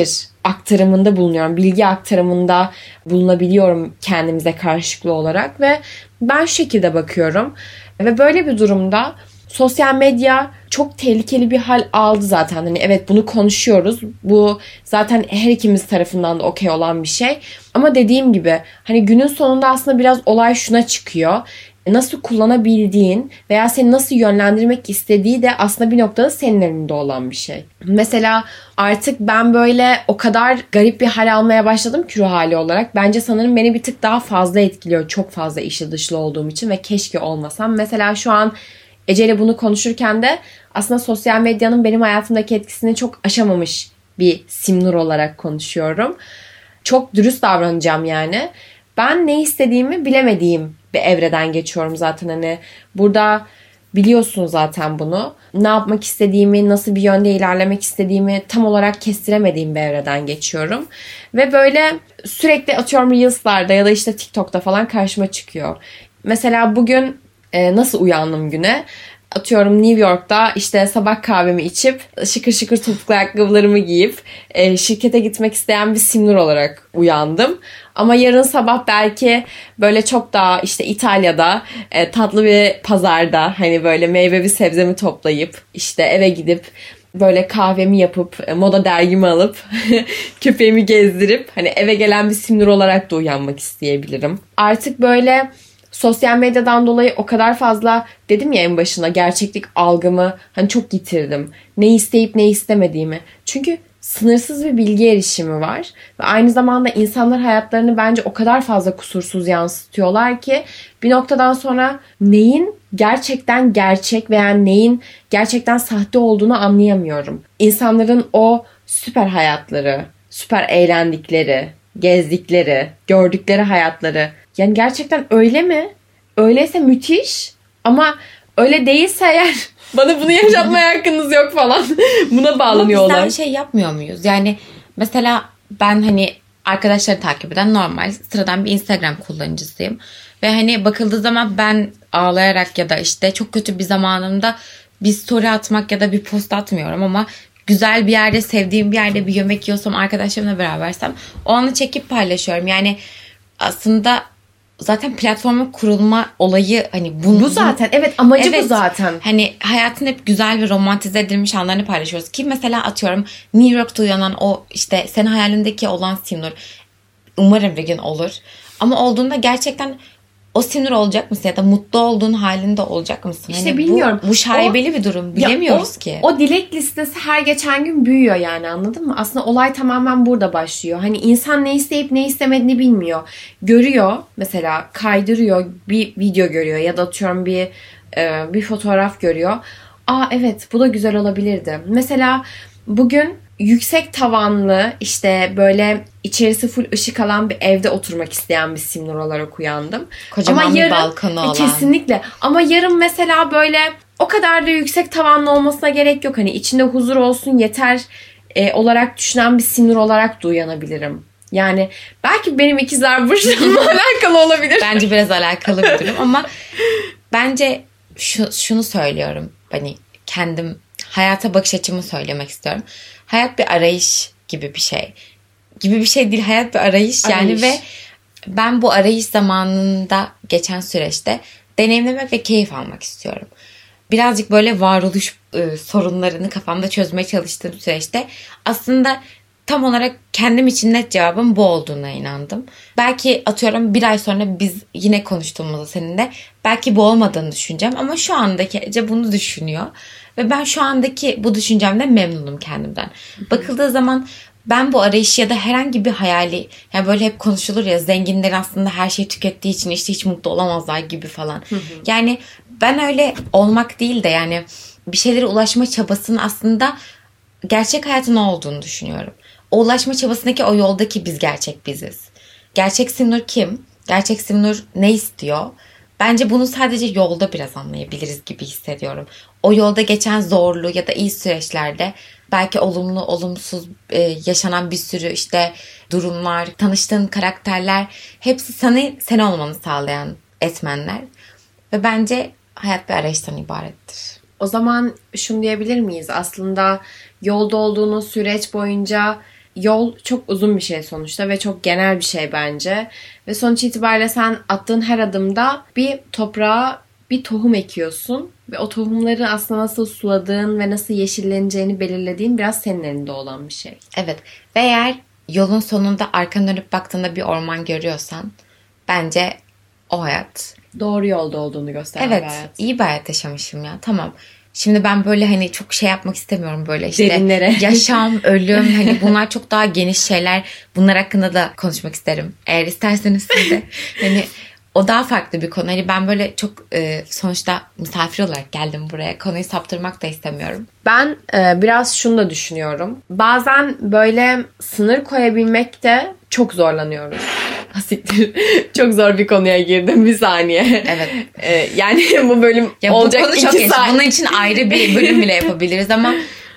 aktarımında bulunuyorum. Bilgi aktarımında bulunabiliyorum kendimize karşılıklı olarak ve ben şu şekilde bakıyorum. Ve böyle bir durumda sosyal medya çok tehlikeli bir hal aldı zaten. Hani evet, bunu konuşuyoruz. Bu zaten her ikimiz tarafından da okey olan bir şey. Ama dediğim gibi hani günün sonunda aslında biraz olay şuna çıkıyor. Nasıl kullanabildiğin veya seni nasıl yönlendirmek istediği de aslında bir noktada senin elinde olan bir şey. Mesela artık ben böyle o kadar garip bir hal almaya başladım ki ruh hali olarak. Bence sanırım beni bir tık daha fazla etkiliyor. Çok fazla işi dışlı olduğum için ve keşke olmasam. Mesela şu an Ece ile bunu konuşurken de aslında sosyal medyanın benim hayatımdaki etkisini çok aşamamış bir Simnur olarak konuşuyorum. Çok dürüst davranacağım yani. Ben ne istediğimi bilemediğim bir evreden geçiyorum zaten. Hani burada biliyorsun zaten bunu. Ne yapmak istediğimi, nasıl bir yönde ilerlemek istediğimi tam olarak kestiremediğim bir evreden geçiyorum. Ve böyle sürekli atıyorum Reels'larda ya da işte TikTok'ta falan karşıma çıkıyor. Mesela bugün e, nasıl uyandım güne? Atıyorum New York'ta işte sabah kahvemi içip şıkır şıkır topuklu ayakkabılarımı giyip e, şirkete gitmek isteyen bir Simnur olarak uyandım. Ama yarın sabah belki böyle çok daha işte İtalya'da e, tatlı bir pazarda hani böyle meyve bir sebzemi toplayıp işte eve gidip böyle kahvemi yapıp e, moda dergimi alıp köpeğimi gezdirip hani eve gelen bir Simnur olarak da uyanmak isteyebilirim. Artık böyle sosyal medyadan dolayı o kadar fazla dedim ya en başına gerçeklik algımı hani çok yitirdim. Ne isteyip ne istemediğimi. Çünkü sınırsız bir bilgi erişimi var. Ve aynı zamanda insanlar hayatlarını bence o kadar fazla kusursuz yansıtıyorlar ki bir noktadan sonra neyin gerçekten gerçek veya neyin gerçekten sahte olduğunu anlayamıyorum. İnsanların o süper hayatları, süper eğlendikleri, gezdikleri, gördükleri hayatları yani gerçekten öyle mi? Öyleyse müthiş ama öyle değilse eğer bana bunu yaşatmaya hakkınız yok falan. Buna bağlanıyorlar. Ama biz şey yapmıyor muyuz? Yani mesela ben hani arkadaşları takip eden normal sıradan bir Instagram kullanıcısıyım. Ve hani bakıldığı zaman ben ağlayarak ya da işte çok kötü bir zamanımda bir story atmak ya da bir post atmıyorum ama güzel bir yerde, sevdiğim bir yerde bir yemek yiyorsam, arkadaşlarımla berabersem o anı çekip paylaşıyorum. Yani aslında zaten platformun kurulma olayı hani bu, bu zaten evet amacı evet, bu zaten. Hani hayatın hep güzel ve romantize edilmiş anlarını paylaşıyoruz. Ki mesela atıyorum New York'ta uyanan o işte senin hayalindeki olan Simnur umarım bir gün olur. Ama olduğunda gerçekten o Simnur olacak mısın ya da mutlu olduğun halinde olacak mısın? İşte hani bilmiyorum. Bu, bu şaibeli o, bir durum. Bilemiyoruz o, ki. O dilek listesi her geçen gün büyüyor yani, anladın mı? Aslında olay tamamen burada başlıyor. Hani insan ne isteyip ne istemediğini bilmiyor. Görüyor mesela, kaydırıyor, bir video görüyor ya da atıyorum bir e, bir fotoğraf görüyor. Aa evet, bu da güzel olabilirdi. Mesela bugün yüksek tavanlı işte böyle içerisi full ışık alan bir evde oturmak isteyen bir Simnur olarak uyandım. Kocaman ama bir yarın, balkonu olan. Kesinlikle. Ama yarın mesela böyle o kadar da yüksek tavanlı olmasına gerek yok. Hani içinde huzur olsun yeter e, olarak düşünen bir Simnur olarak da uyanabilirim. Yani belki benim ikizler burçlarımla alakalı olabilir. Bence biraz alakalı bir durum ama bence şu, şunu söylüyorum. Hani kendim hayata bakış açımı söylemek istiyorum. Hayat bir arayış gibi bir şey. Gibi bir şey değil. Hayat bir arayış. arayış. Yani ve ben bu arayış zamanında geçen süreçte deneyimlemek ve keyif almak istiyorum. Birazcık böyle varoluş e, sorunlarını kafamda çözmeye çalıştığım süreçte aslında tam olarak kendim için net cevabım bu olduğuna inandım. Belki atıyorum bir ay sonra biz yine konuştuğumuzda seninle belki bu olmadığını düşüneceğim ama şu andaki Ece bunu düşünüyor. Ve ben şu andaki bu düşüncemden memnunum kendimden. Bakıldığı zaman ben bu arayışı ya da herhangi bir hayali, yani böyle hep konuşulur ya zenginler aslında her şeyi tükettiği için işte hiç mutlu olamazlar gibi falan. Yani ben öyle olmak değil de yani bir şeylere ulaşma çabasının aslında gerçek hayatın o olduğunu düşünüyorum. O ulaşma çabasındaki o yoldaki biz gerçek biziz. Gerçek Simnur kim? Gerçek Simnur ne istiyor? Bence bunu sadece yolda biraz anlayabiliriz gibi hissediyorum. O yolda geçen zorlu ya da iyi süreçlerde belki olumlu, olumsuz e, yaşanan bir sürü işte durumlar, tanıştığın karakterler hepsi seni sen olmanı sağlayan etmenler. Ve bence hayat bir arayıştan ibarettir. O zaman şunu diyebilir miyiz? Aslında yolda olduğunuz süreç boyunca yol çok uzun bir şey sonuçta ve çok genel bir şey bence. Ve sonuç itibariyle sen attığın her adımda bir toprağa bir tohum ekiyorsun. Ve o tohumları aslında nasıl suladığın ve nasıl yeşilleneceğini belirlediğin biraz senin elinde olan bir şey. Evet. Ve eğer yolun sonunda arkana dönüp baktığında bir orman görüyorsan bence o hayat. Doğru yolda olduğunu gösteren evet, bir hayat. Evet. İyi bir hayat yaşamışım ya. Tamam. Şimdi ben böyle hani çok şey yapmak istemiyorum böyle işte. Derinlere. Yaşam, ölüm hani bunlar çok daha geniş şeyler. Bunlar hakkında da konuşmak isterim. Eğer isterseniz siz de. Hani o daha farklı bir konu. Hani ben böyle çok e, sonuçta misafir olarak geldim buraya. Konuyu saptırmak da istemiyorum. Ben e, biraz şunu da düşünüyorum. Bazen böyle sınır koyabilmekte çok zorlanıyoruz. Hasiktir. Çok zor bir konuya girdim bir saniye. Evet. E, yani bu bölüm ya olacak bu konu çok iki saat. Bunun için ayrı bir bölüm bile yapabiliriz ama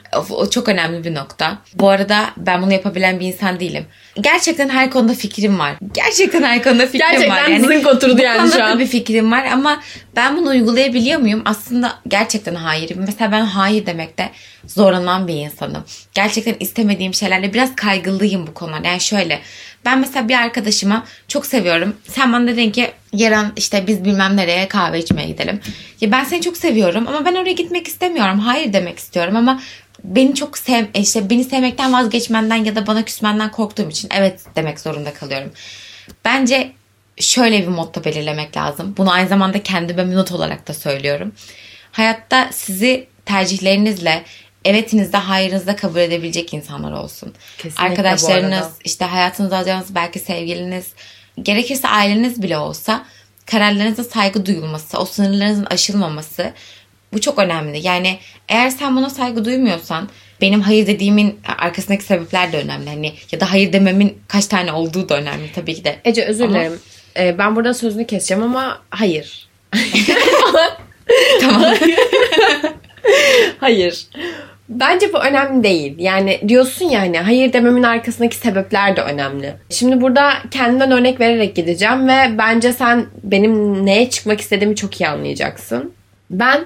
o çok önemli bir nokta. Bu arada ben bunu yapabilen bir insan değilim. Gerçekten her konuda fikrim var. Gerçekten her konuda fikrim Gerçekten var. Gerçekten zınk oturdu yani şu an. bir fikrim var ama ben bunu uygulayabiliyor muyum? Aslında gerçekten hayır. Mesela ben hayır demekte zorlanan bir insanım. Gerçekten istemediğim şeylerle biraz kaygılıyım bu konularda. Yani şöyle, ben mesela bir arkadaşıma çok seviyorum. Sen bana dedin ki yarın işte biz bilmem nereye kahve içmeye gidelim. Ya ben seni çok seviyorum ama ben oraya gitmek istemiyorum. Hayır demek istiyorum ama beni çok sev işte beni sevmekten vazgeçmenden ya da bana küsmenden korktuğum için evet demek zorunda kalıyorum. Bence şöyle bir motto belirlemek lazım. Bunu aynı zamanda kendime bir not olarak da söylüyorum. Hayatta sizi tercihlerinizle, evetinizde, hayırınızda kabul edebilecek insanlar olsun. Kesinlikle. Arkadaşlarınız, işte hayatınızda alacağınız belki sevgiliniz, gerekirse aileniz bile olsa kararlarınıza saygı duyulması, o sınırlarınızın aşılmaması bu çok önemli. Yani eğer sen buna saygı duymuyorsan benim hayır dediğimin arkasındaki sebepler de önemli. Hani ya da hayır dememin kaç tane olduğu da önemli tabii ki de. Ece özür ama... dilerim. Ee, ben burada sözünü keseceğim ama hayır. Tamam. Hayır. Bence bu önemli değil. Yani diyorsun ya hani hayır dememin arkasındaki sebepler de önemli. Şimdi burada kendimden örnek vererek gideceğim ve bence sen benim neye çıkmak istediğimi çok iyi anlayacaksın. Ben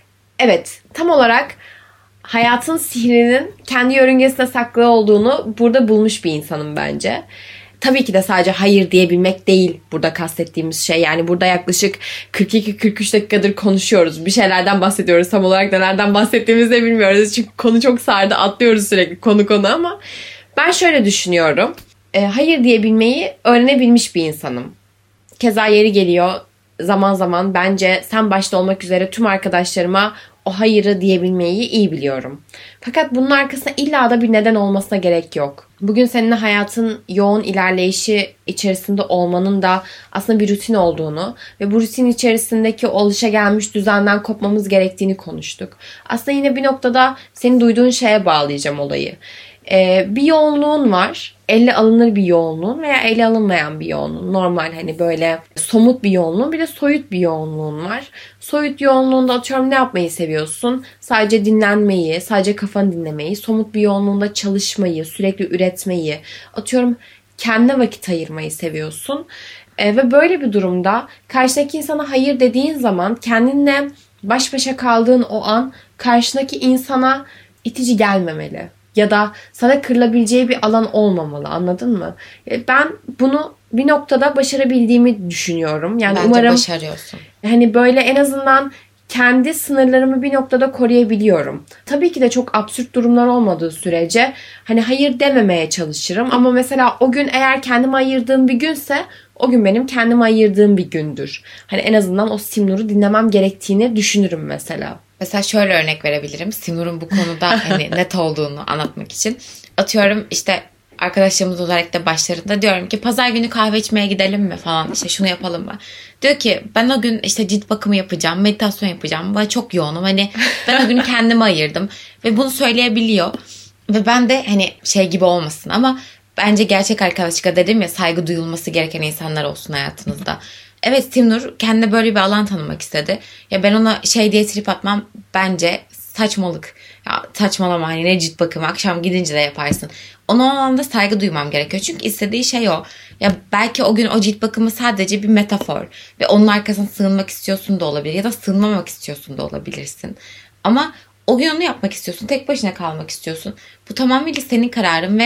evet tam olarak hayatın sihrinin kendi yörüngesinde saklı olduğunu burada bulmuş bir insanım bence. Tabii ki de sadece hayır diyebilmek değil burada kastettiğimiz şey. Yani burada yaklaşık kırk iki kırk üç dakikadır konuşuyoruz. Bir şeylerden bahsediyoruz. Tam olarak nelerden bahsettiğimizi de bilmiyoruz. Çünkü konu çok sardı. Atlıyoruz sürekli konu konu ama ben şöyle düşünüyorum. E, hayır diyebilmeyi öğrenebilmiş bir insanım. Keza yeri geliyor zaman zaman bence sen başta olmak üzere tüm arkadaşlarıma o hayırı diyebilmeyi iyi biliyorum. Fakat bunun arkasında illa da bir neden olmasına gerek yok. Bugün seninle hayatın yoğun ilerleyişi içerisinde olmanın da aslında bir rutin olduğunu ve bu rutin içerisindeki oluşagelmiş düzenden kopmamız gerektiğini konuştuk. Aslında yine bir noktada senin duyduğun şeye bağlayacağım olayı. Ee, bir yoğunluğun var. Elle alınır bir yoğunluğun veya elle alınmayan bir yoğunluğun. Normal hani böyle somut bir yoğunluğun, bir de soyut bir yoğunluğun var. Soyut yoğunluğunda atıyorum ne yapmayı seviyorsun? Sadece dinlenmeyi, sadece kafanı dinlemeyi. Somut bir yoğunluğunda çalışmayı, sürekli üretmeyi. Atıyorum kendine vakit ayırmayı seviyorsun. Ee, ve böyle bir durumda karşıdaki insana hayır dediğin zaman kendinle baş başa kaldığın o an karşındaki insana itici gelmemeli. Ya da sana kırılabileceği bir alan olmamalı, anladın mı? Ben bunu bir noktada başarabildiğimi düşünüyorum. Yani bence umarım başarıyorsun. Hani böyle en azından kendi sınırlarımı bir noktada koruyabiliyorum. Tabii ki de çok absürt durumlar olmadığı sürece hani hayır dememeye çalışırım. Ama mesela o gün eğer kendime ayırdığım bir günse o gün benim kendime ayırdığım bir gündür. Hani en azından o Simnur'u dinlemem gerektiğini düşünürüm mesela. Mesela şöyle örnek verebilirim. Simur'un bu konuda hani net olduğunu anlatmak için. Atıyorum işte arkadaşlarımız özellikle başlarında diyorum ki pazar günü kahve içmeye gidelim mi falan, işte şunu yapalım mı? Diyor ki ben o gün işte cilt bakımı yapacağım, meditasyon yapacağım ve çok yoğunum. Hani ben o günü kendime ayırdım ve bunu söyleyebiliyor. Ve ben de hani şey gibi olmasın ama bence gerçek arkadaşlıkta dedim ya, saygı duyulması gereken insanlar olsun hayatınızda. Evet, Simnur kendine böyle bir alan tanımak istedi. Ya ben ona şey diye trip atmam, bence saçmalık. Ya saçmalama, hani ne cilt bakımı, akşam gidince de yaparsın. Ona o alanda saygı duymam gerekiyor. Çünkü istediği şey o. Ya belki o gün o cilt bakımı sadece bir metafor. Ve onun arkasına sığınmak istiyorsun da olabilir. Ya da sığınmamak istiyorsun da olabilirsin. Ama o gün onu yapmak istiyorsun. Tek başına kalmak istiyorsun. Bu tamamıyla senin kararın ve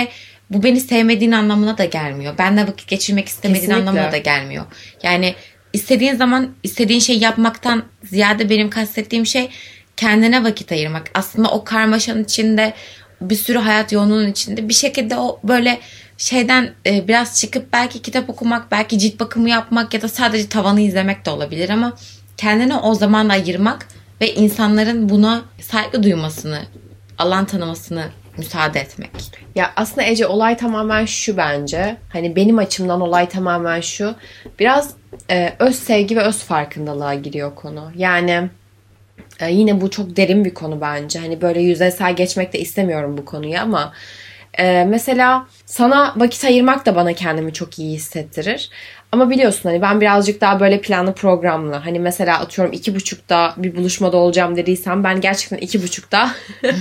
bu beni sevmediğin anlamına da gelmiyor. Benle vakit geçirmek istemediğin Kesinlikle. anlamına da gelmiyor. Yani istediğin zaman istediğin şeyi yapmaktan ziyade benim kastettiğim şey kendine vakit ayırmak. Aslında o karmaşanın içinde, bir sürü hayat yoğunluğunun içinde bir şekilde o böyle şeyden e, biraz çıkıp belki kitap okumak, belki cilt bakımı yapmak ya da sadece tavanı izlemek de olabilir ama kendine o zaman ayırmak ve insanların buna saygı duymasını, alan tanımasını müsaade etmek. Ya aslında Ece, olay tamamen şu bence. Hani benim açımdan olay tamamen şu. Biraz e, öz sevgi ve öz farkındalığa giriyor konu. Yani e, yine bu çok derin bir konu bence. Hani böyle yüzeysel geçmek de istemiyorum bu konuyu ama e, mesela sana vakit ayırmak da bana kendimi çok iyi hissettirir. Ama biliyorsun hani ben birazcık daha böyle planlı programlı. Hani mesela atıyorum iki buçukta bir buluşmada olacağım dediysem ben gerçekten iki buçukta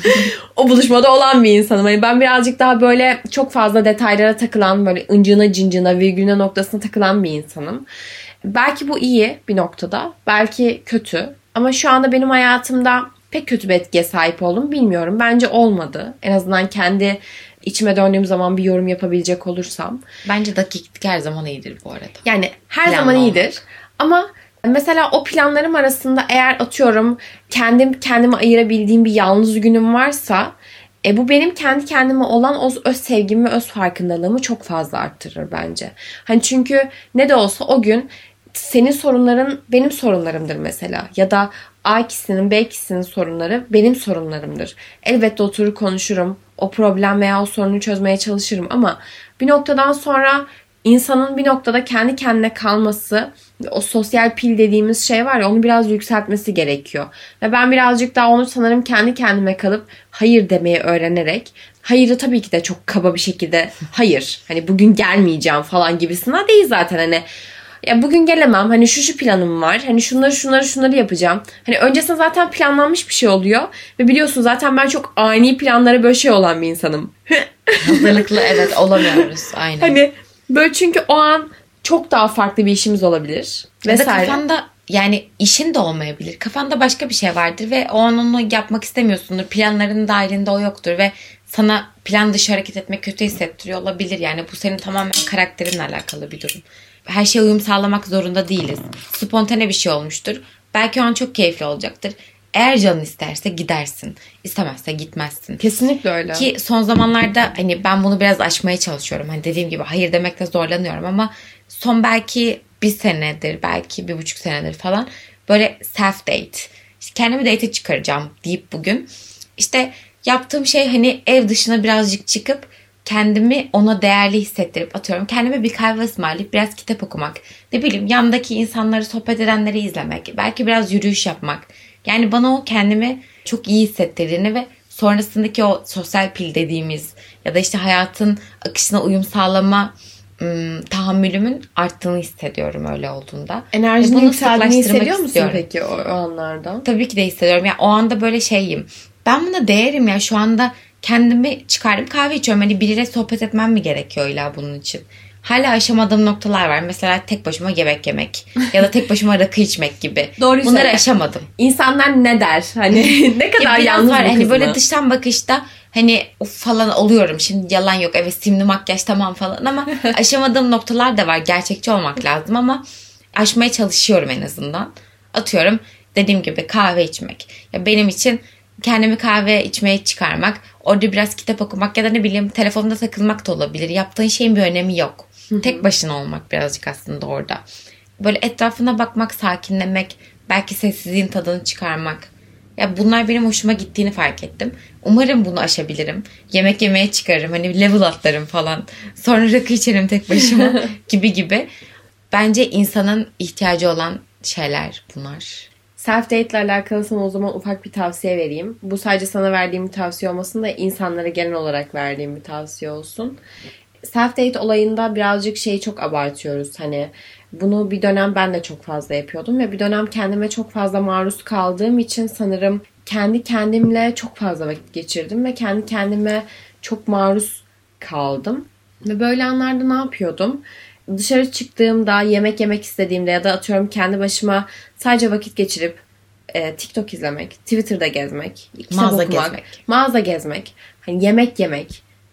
o buluşmada olan bir insanım. Hani ben birazcık daha böyle çok fazla detaylara takılan, böyle ıncığına cincına, virgülüne, noktasına takılan bir insanım. Belki bu iyi bir noktada, belki kötü. Ama şu anda benim hayatımda pek kötü bir etkiye sahip oldum bilmiyorum. Bence olmadı. En azından kendi İçime döndüğüm zaman bir yorum yapabilecek olursam. Bence dakiklik her zaman iyidir bu arada. Yani her Planlı zaman iyidir. Olmak. Ama mesela o planlarım arasında eğer atıyorum kendim kendime ayırabildiğim bir yalnız günüm varsa e, bu benim kendi kendime olan o öz sevgimi ve öz farkındalığımı çok fazla arttırır bence. Hani çünkü ne de olsa o gün senin sorunların benim sorunlarımdır mesela. Ya da A kişisinin B kişisinin sorunları benim sorunlarımdır. Elbette oturur konuşurum. O problem veya o sorunu çözmeye çalışırım ama bir noktadan sonra insanın bir noktada kendi kendine kalması, o sosyal pil dediğimiz şey var ya, onu biraz yükseltmesi gerekiyor. Ve ben birazcık daha onu sanırım kendi kendime kalıp hayır demeyi öğrenerek, hayırı tabii ki de çok kaba bir şekilde hayır, hani bugün gelmeyeceğim falan gibisinden değil zaten, hani ya bugün gelemem, hani şu şu planım var, hani şunları şunları şunları yapacağım. Hani öncesinde zaten planlanmış bir şey oluyor ve biliyorsun zaten ben çok ani planlara böyle şey olan bir insanım. Hazırlıklı evet olamıyoruz aynen. Hani böyle çünkü o an çok daha farklı bir işimiz olabilir. Ya da kafanda yani işin de olmayabilir. Kafanda başka bir şey vardır ve o an onu yapmak istemiyorsundur. Planların dahilinde o yoktur ve sana plan dışı hareket etmek kötü hissettiriyor olabilir. Yani bu senin tamamen karakterinle alakalı bir durum. Her şeye uyum sağlamak zorunda değiliz. Spontane bir şey olmuştur. Belki o an çok keyifli olacaktır. Eğer canın isterse gidersin. İstemezse gitmezsin. Kesinlikle öyle. Ki son zamanlarda hani ben bunu biraz aşmaya çalışıyorum. Hani dediğim gibi hayır demekte zorlanıyorum ama son belki bir senedir, belki bir buçuk senedir falan böyle self date. İşte kendimi date'e çıkaracağım deyip bugün işte yaptığım şey hani ev dışına birazcık çıkıp kendimi ona değerli hissettirip atıyorum kendime bir kahve ısmarlayıp biraz kitap okumak. Ne bileyim yandaki insanları, sohbet edenleri izlemek. Belki biraz yürüyüş yapmak. Yani bana o kendimi çok iyi hissettirdiğini ve sonrasındaki o sosyal pil dediğimiz ya da işte hayatın akışına uyum sağlama ım, tahammülümün arttığını hissediyorum öyle olduğunda. Enerjini yükseldiğini hissediyor musun peki o, o anlarda? Tabii ki de hissediyorum. Yani o anda böyle şeyim. Ben buna değerim ya şu anda. Kendimi çıkardım kahve içiyorum. Hani biriyle sohbet etmem mi gerekiyor illa bunun için? Hala aşamadığım noktalar var. Mesela tek başıma yemek yemek. Ya da tek başıma rakı içmek gibi. Doğru Bunları söyle. Aşamadım. İnsanlar ne der? Hani ne kadar yalnız var. Hani böyle dıştan bakışta hani of falan oluyorum. Şimdi yalan yok. Evet simli makyaj tamam falan ama aşamadığım noktalar da var. Gerçekçi olmak lazım ama aşmaya çalışıyorum en azından. Atıyorum dediğim gibi kahve içmek. Ya benim için kendimi kahve içmeye çıkarmak, orada biraz kitap okumak ya da ne bileyim telefonda takılmak da olabilir. Yaptığın şeyin bir önemi yok. Hı-hı. Tek başına olmak birazcık aslında orada. Böyle etrafına bakmak, sakinlemek, belki sessizliğin tadını çıkarmak. Ya bunlar benim hoşuma gittiğini fark ettim. Umarım bunu aşabilirim. Yemek yemeye çıkarım, hani level atlarım falan. Sonra rakı içerim tek başıma gibi gibi. Bence insanın ihtiyacı olan şeyler bunlar. Self-date ile alakalı sana o zaman ufak bir tavsiye vereyim. Bu sadece sana verdiğim bir tavsiye olmasın da insanlara genel olarak verdiğim bir tavsiye olsun. Self-date olayında birazcık şeyi çok abartıyoruz. Hani bunu bir dönem ben de çok fazla yapıyordum ve bir dönem kendime çok fazla maruz kaldığım için sanırım kendi kendimle çok fazla vakit geçirdim ve kendi kendime çok maruz kaldım. Ve böyle anlarda ne yapıyordum? Dışarı çıktığımda, yemek yemek istediğimde ya da atıyorum kendi başıma sadece vakit geçirip e, TikTok izlemek, Twitter'da gezmek, kitap mağaza okumak, gezmek. mağaza gezmek, hani yemek yemek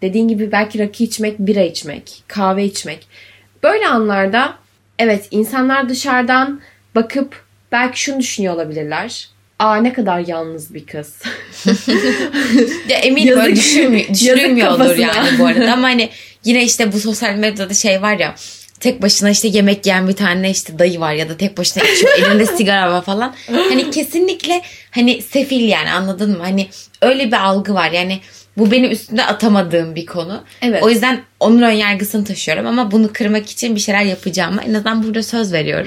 dediğin gibi belki rakı içmek, bira içmek, kahve içmek. Böyle anlarda evet insanlar dışarıdan bakıp belki şunu düşünüyor olabilirler. Aa ne kadar yalnız bir kız. Ya eminim böyle düşünmüyor, düşünülmüyordur yani bu arada. Ama hani yine işte bu sosyal medyada şey var ya, tek başına işte yemek yiyen bir tane işte dayı var ya da tek başına içiyor, elinde sigara var falan. Hani kesinlikle hani sefil yani, anladın mı? Hani öyle bir algı var yani, bu benim üstünde atamadığım bir konu. Evet. O yüzden onun ön yargısını taşıyorum ama bunu kırmak için bir şeyler yapacağıma en azından burada söz veriyorum.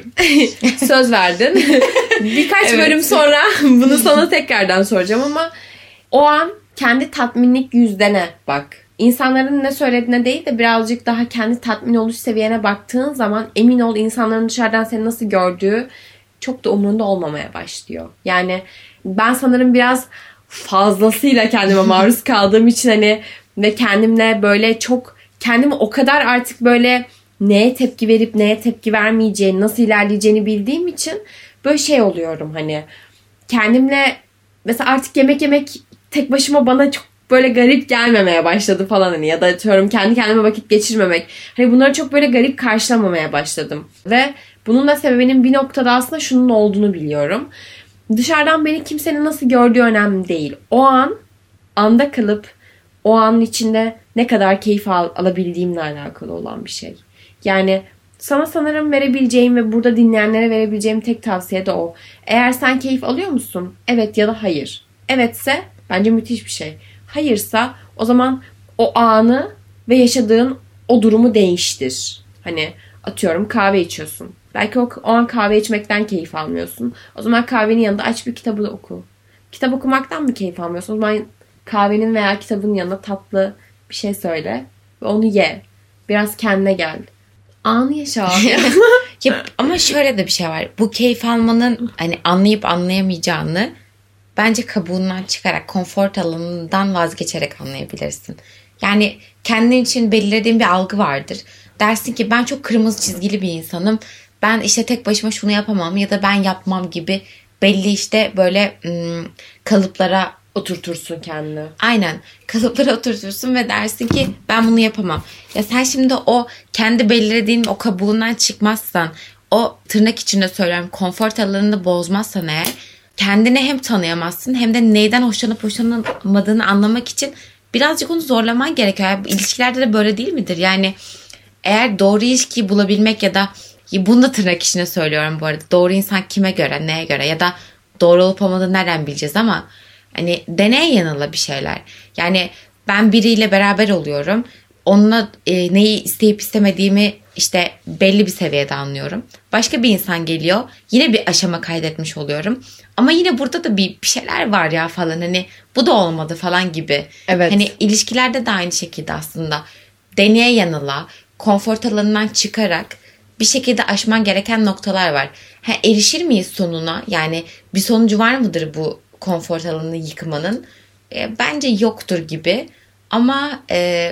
Söz verdin. Birkaç evet. bölüm sonra bunu sana tekrardan soracağım ama o an kendi tatminlik yüzdene bak. İnsanların ne söylediğine değil de birazcık daha kendi tatmin oluş seviyene baktığın zaman emin ol insanların dışarıdan seni nasıl gördüğü çok da umurunda olmamaya başlıyor. Yani ben sanırım biraz fazlasıyla kendime maruz kaldığım için hani ve kendimle böyle çok kendimi o kadar artık böyle neye tepki verip neye tepki vermeyeceğini, nasıl ilerleyeceğini bildiğim için böyle şey oluyorum hani kendimle mesela artık yemek yemek tek başıma bana çok böyle garip gelmemeye başladı falan hani, ya da atıyorum kendi kendime vakit geçirmemek. Hani bunları çok böyle garip karşılamamaya başladım. Ve bunun da sebebinin bir noktada aslında şunun olduğunu biliyorum. Dışarıdan beni kimsenin nasıl gördüğü önemli değil. O an anda kalıp o anın içinde ne kadar keyif al- alabildiğimle alakalı olan bir şey. Yani sana sanırım verebileceğim ve burada dinleyenlere verebileceğim tek tavsiye de o. Eğer sen keyif alıyor musun? Evet ya da hayır. Evet,se bence müthiş bir şey. Hayırsa o zaman o anı ve yaşadığın o durumu değiştir. Hani atıyorum kahve içiyorsun. Belki o, o an kahve içmekten keyif almıyorsun. O zaman kahvenin yanında aç bir kitabı da oku. Kitap okumaktan mı keyif almıyorsun? O zaman kahvenin veya kitabın yanında tatlı bir şey söyle ve onu ye. Biraz kendine gel. Anı yaşa abi. Ya, ama şöyle de bir şey var. Bu keyif almanın hani anlayıp anlayamayacağını bence kabuğundan çıkarak, konfor alanından vazgeçerek anlayabilirsin. Yani kendin için belirlediğin bir algı vardır. Dersin ki ben çok kırmızı çizgili bir insanım. Ben işte tek başıma şunu yapamam ya da ben yapmam gibi belli işte böyle ım, kalıplara oturtursun kendini. Aynen. Kalıplara oturtursun ve dersin ki ben bunu yapamam. Ya sen şimdi o kendi belirlediğin o kabuğundan çıkmazsan, o tırnak içinde söylüyorum konfor alanını bozmazsan eğer, kendini hem tanıyamazsın hem de neyden hoşlanıp hoşlanmadığını anlamak için birazcık onu zorlaman gerekiyor. Yani ilişkilerde de böyle değil midir? Yani eğer doğru ilişkiyi bulabilmek ya da, bunu da tırnak içine söylüyorum bu arada, doğru insan kime göre, neye göre ya da doğru olup olmadığını nereden bileceğiz ama hani deneye yanıla bir şeyler. Yani ben biriyle beraber oluyorum. Onunla e, neyi isteyip istemediğimi işte belli bir seviyede anlıyorum. Başka bir insan geliyor. Yine bir aşama kaydetmiş oluyorum. Ama yine burada da bir, bir şeyler var ya falan. Hani bu da olmadı falan gibi. Evet. Hani ilişkilerde de aynı şekilde aslında. Deneye yanıla, konfor alanından çıkarak bir şekilde aşman gereken noktalar var. Ha, erişir miyiz sonuna? Yani bir sonucu var mıdır bu konfor alanını yıkmanın? E, bence yoktur gibi. Ama e,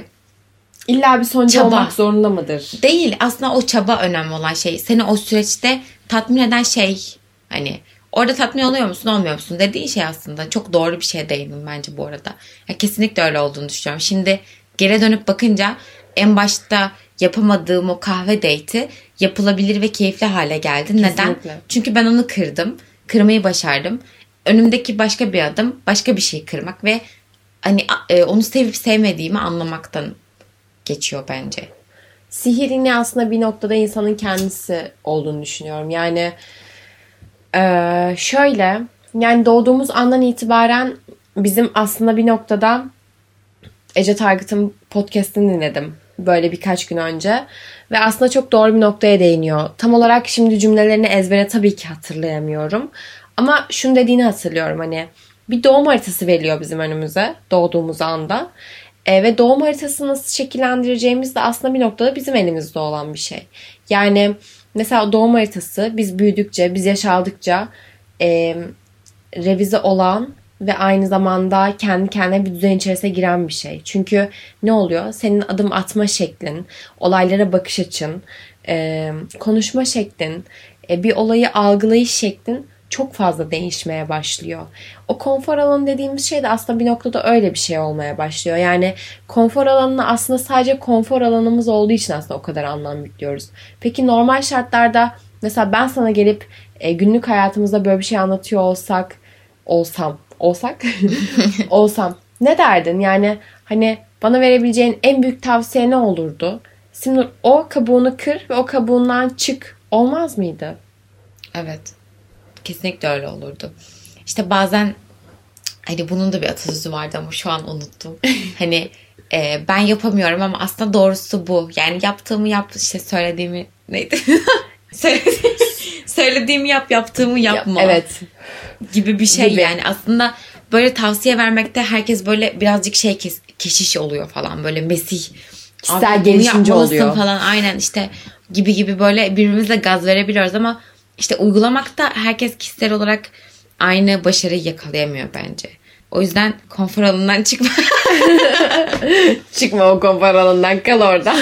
İlla bir sonucu çaba olmak zorunda mıdır? Değil. Aslında o çaba önemli olan şey. Seni o süreçte tatmin eden şey. Hani orada tatmin oluyor musun, olmuyor musun dediğin şey aslında çok doğru bir şey değil mi bence bu arada. Ya kesinlikle öyle olduğunu düşünüyorum. Şimdi geri dönüp bakınca en başta yapamadığım o kahve date'i yapılabilir ve keyifli hale geldi. Kesinlikle. Neden? Çünkü ben onu kırdım. Kırmayı başardım. Önümdeki başka bir adım, başka bir şey kırmak ve hani onu sevip sevmediğimi anlamaktan geçiyor bence. Sihir yine aslında bir noktada insanın kendisi olduğunu düşünüyorum. Yani ee, şöyle, yani doğduğumuz andan itibaren bizim aslında bir noktada Ece Targıt'ın podcast'ini dinledim böyle birkaç gün önce ve aslında çok doğru bir noktaya değiniyor. Tam olarak şimdi cümlelerini ezbere tabii ki hatırlayamıyorum ama şunu dediğini hatırlıyorum, hani bir doğum haritası veriliyor bizim önümüze doğduğumuz anda. E, ve doğum haritasını nasıl şekillendireceğimiz de aslında bir noktada bizim elimizde olan bir şey. Yani mesela doğum haritası biz büyüdükçe, biz yaş aldıkça e, revize olan ve aynı zamanda kendi kendine bir düzen içerisine giren bir şey. Çünkü ne oluyor? Senin adım atma şeklin, olaylara bakış açın, e, konuşma şeklin, e, bir olayı algılayış şeklin çok fazla değişmeye başlıyor. O konfor alanı dediğimiz şey de aslında bir noktada öyle bir şey olmaya başlıyor. Yani konfor alanına aslında sadece konfor alanımız olduğu için aslında o kadar anlam yüklüyoruz. Peki normal şartlarda mesela ben sana gelip e, günlük hayatımızda böyle bir şey anlatıyor olsak, olsam, olsak, olsam ne derdin? Yani hani bana verebileceğin en büyük tavsiye ne olurdu? Simnur, o kabuğunu kır ve o kabuğundan çık, olmaz mıydı? Evet. Kesinlikle öyle olurdu. İşte bazen hani bunun da bir atasözü vardı ama şu an unuttum. Hani e, ben yapamıyorum ama aslında doğrusu bu. Yani yaptığımı yap, işte söylediğimi neydi? söylediğimi, söylediğimi yap, yaptığımı yapma. Evet. Gibi bir şey gibi. Yani aslında böyle tavsiye vermekte herkes böyle birazcık şey kes, keşiş oluyor falan, böyle Mesih. Kişisel gelişimci oluyor falan, aynen işte gibi gibi böyle birbirimize gaz verebiliyoruz ama işte uygulamakta herkes kişisel olarak aynı başarıyı yakalayamıyor bence. O yüzden konfor alanından çıkma. Çıkma o konfor alanından, kal orada.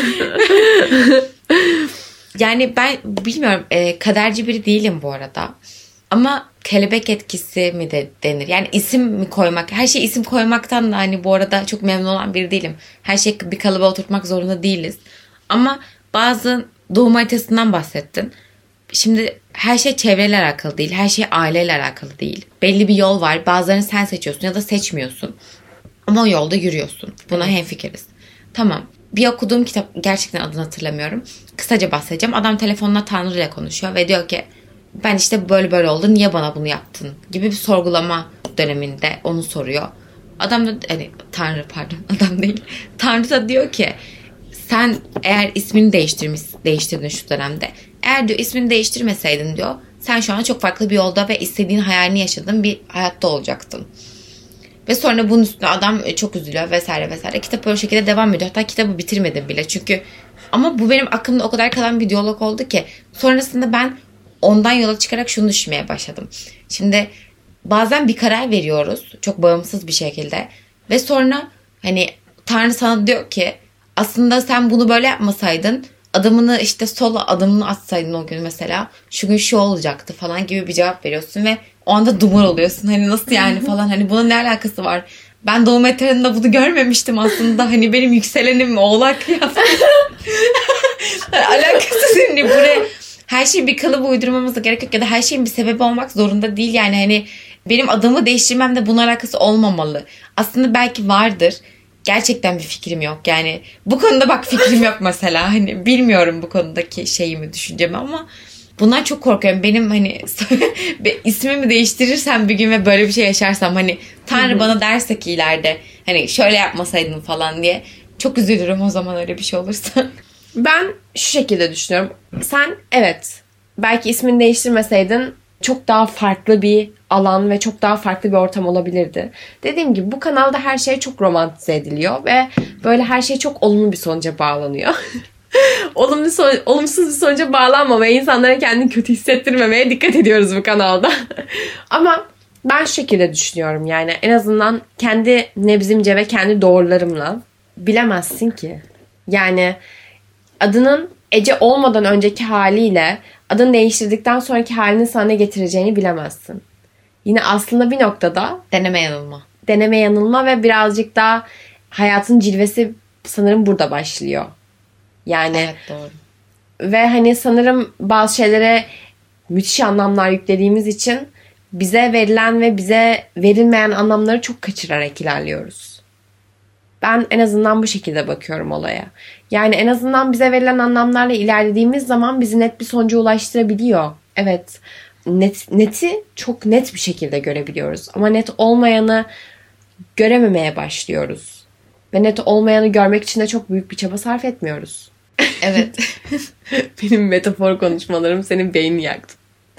Yani ben bilmiyorum, e, kaderci biri değilim bu arada. Ama kelebek etkisi mi de denir? Yani isim mi koymak? Her şey isim koymaktan da hani bu arada çok memnun olan biri değilim. Her şeyi bir kalıba oturtmak zorunda değiliz. Ama bazı doğum haritasından bahsettin. Şimdi her şey çevreyle alakalı değil. Her şey aileyle alakalı değil. Belli bir yol var. Bazılarını sen seçiyorsun ya da seçmiyorsun. Ama o yolda yürüyorsun. Buna evet. hemfikiriz. Tamam. Bir okuduğum kitap, gerçekten adını hatırlamıyorum. Kısaca bahsedeceğim. Adam telefonla Tanrı ile konuşuyor ve diyor ki ben işte böyle böyle oldu, niye bana bunu yaptın gibi bir sorgulama döneminde onu soruyor. Adam da hani Tanrı pardon adam değil. Tanrı da diyor ki sen eğer ismini değiştirmiş, değiştirdin şu dönemde. Eğer diyor ismini değiştirmeseydin diyor sen şu an çok farklı bir yolda ve istediğin hayalini yaşadığın bir hayatta olacaktın. Ve sonra bunun üstüne adam çok üzülüyor vesaire vesaire. Kitap o şekilde devam ediyor. Hatta kitabı bitirmedim bile çünkü ama bu benim aklımda o kadar kalan bir diyalog oldu ki sonrasında ben ondan yola çıkarak şunu düşünmeye başladım. Şimdi bazen bir karar veriyoruz çok bağımsız bir şekilde ve sonra hani Tanrı sana diyor ki aslında sen bunu böyle yapmasaydın, adımını işte sola adımını atsaydın o gün mesela şu gün şu olacaktı falan gibi bir cevap veriyorsun ve o anda dumur oluyorsun. Hani nasıl yani falan, hani bunun ne alakası var? Ben doğum haritasında bunu görmemiştim aslında. Hani benim yükselenim oğlak yaptı. Alakasız hani buraya her şeyi bir kalıba uydurmamıza gerek yok ya da her şeyin bir sebebi olmak zorunda değil. Yani hani benim adımı değiştirmem de bunun alakası olmamalı. Aslında belki vardır. Gerçekten bir fikrim yok. Yani bu konuda bak fikrim yok mesela. Hani bilmiyorum bu konudaki şeyimi, düşüncemi ama bundan çok korkuyorum. Benim hani ismimi değiştirirsem bir gün ve böyle bir şey yaşarsam hani Tanrı bana derse ki ileride hani şöyle yapmasaydın falan diye çok üzülürüm o zaman öyle bir şey olursa. Ben şu şekilde düşünüyorum. Sen evet belki ismini değiştirmeseydin çok daha farklı bir alan ve çok daha farklı bir ortam olabilirdi. Dediğim gibi bu kanalda her şey çok romantize ediliyor ve böyle her şey çok olumlu bir sonuca bağlanıyor. Olumlu son, olumsuz bir sonuca bağlanmamaya, insanlara kendini kötü hissettirmemeye dikkat ediyoruz bu kanalda. Ama ben şu şekilde düşünüyorum, yani en azından kendi nebzimce ve kendi doğrularımla bilemezsin ki. Yani adının Ece olmadan önceki haliyle adını değiştirdikten sonraki halinin sana ne getireceğini bilemezsin. Yine aslında bir noktada deneme yanılma. Deneme yanılma ve birazcık daha hayatın cilvesi sanırım burada başlıyor. Yani evet, doğru. Ve hani sanırım bazı şeylere müthiş anlamlar yüklediğimiz için bize verilen ve bize verilmeyen anlamları çok kaçırarak ilerliyoruz. Ben en azından bu şekilde bakıyorum olaya. Yani en azından bize verilen anlamlarla ilerlediğimiz zaman bizi net bir sonuca ulaştırabiliyor. Evet, net, neti çok net bir şekilde görebiliyoruz. Ama net olmayanı görememeye başlıyoruz. Ve net olmayanı görmek için de çok büyük bir çaba sarf etmiyoruz. Evet. Benim metafor konuşmalarım senin beynini yaktı.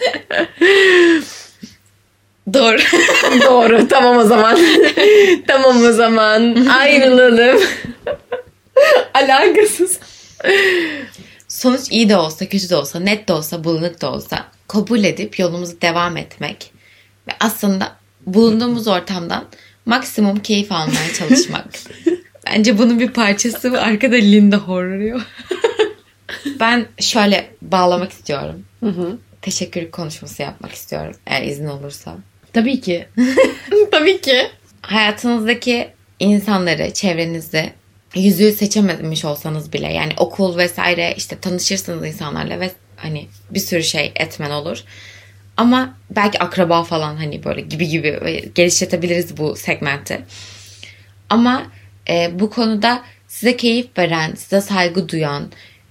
Doğru. Doğru. Tamam o zaman. Tamam o zaman. Ayrılalım. Alakasız. Sonuç iyi de olsa, kötü de olsa, net de olsa, bulanık da olsa kabul edip yolumuzu devam etmek ve aslında bulunduğumuz ortamdan maksimum keyif almaya çalışmak. Bence bunun bir parçası ve arkada Linda horluyor. Ben şöyle bağlamak istiyorum. Hı hı. teşekkür konuşması yapmak istiyorum. Eğer izin olursa. Tabii ki. Tabii ki. Hayatınızdaki insanları, çevrenizde yüzüğü seçememiş olsanız bile, yani okul vesaire işte tanışırsınız insanlarla ve hani bir sürü şey etmen olur. Ama belki akraba falan hani böyle gibi gibi geliştirebiliriz bu segmenti. Ama e, bu konuda size keyif veren, size saygı duyan,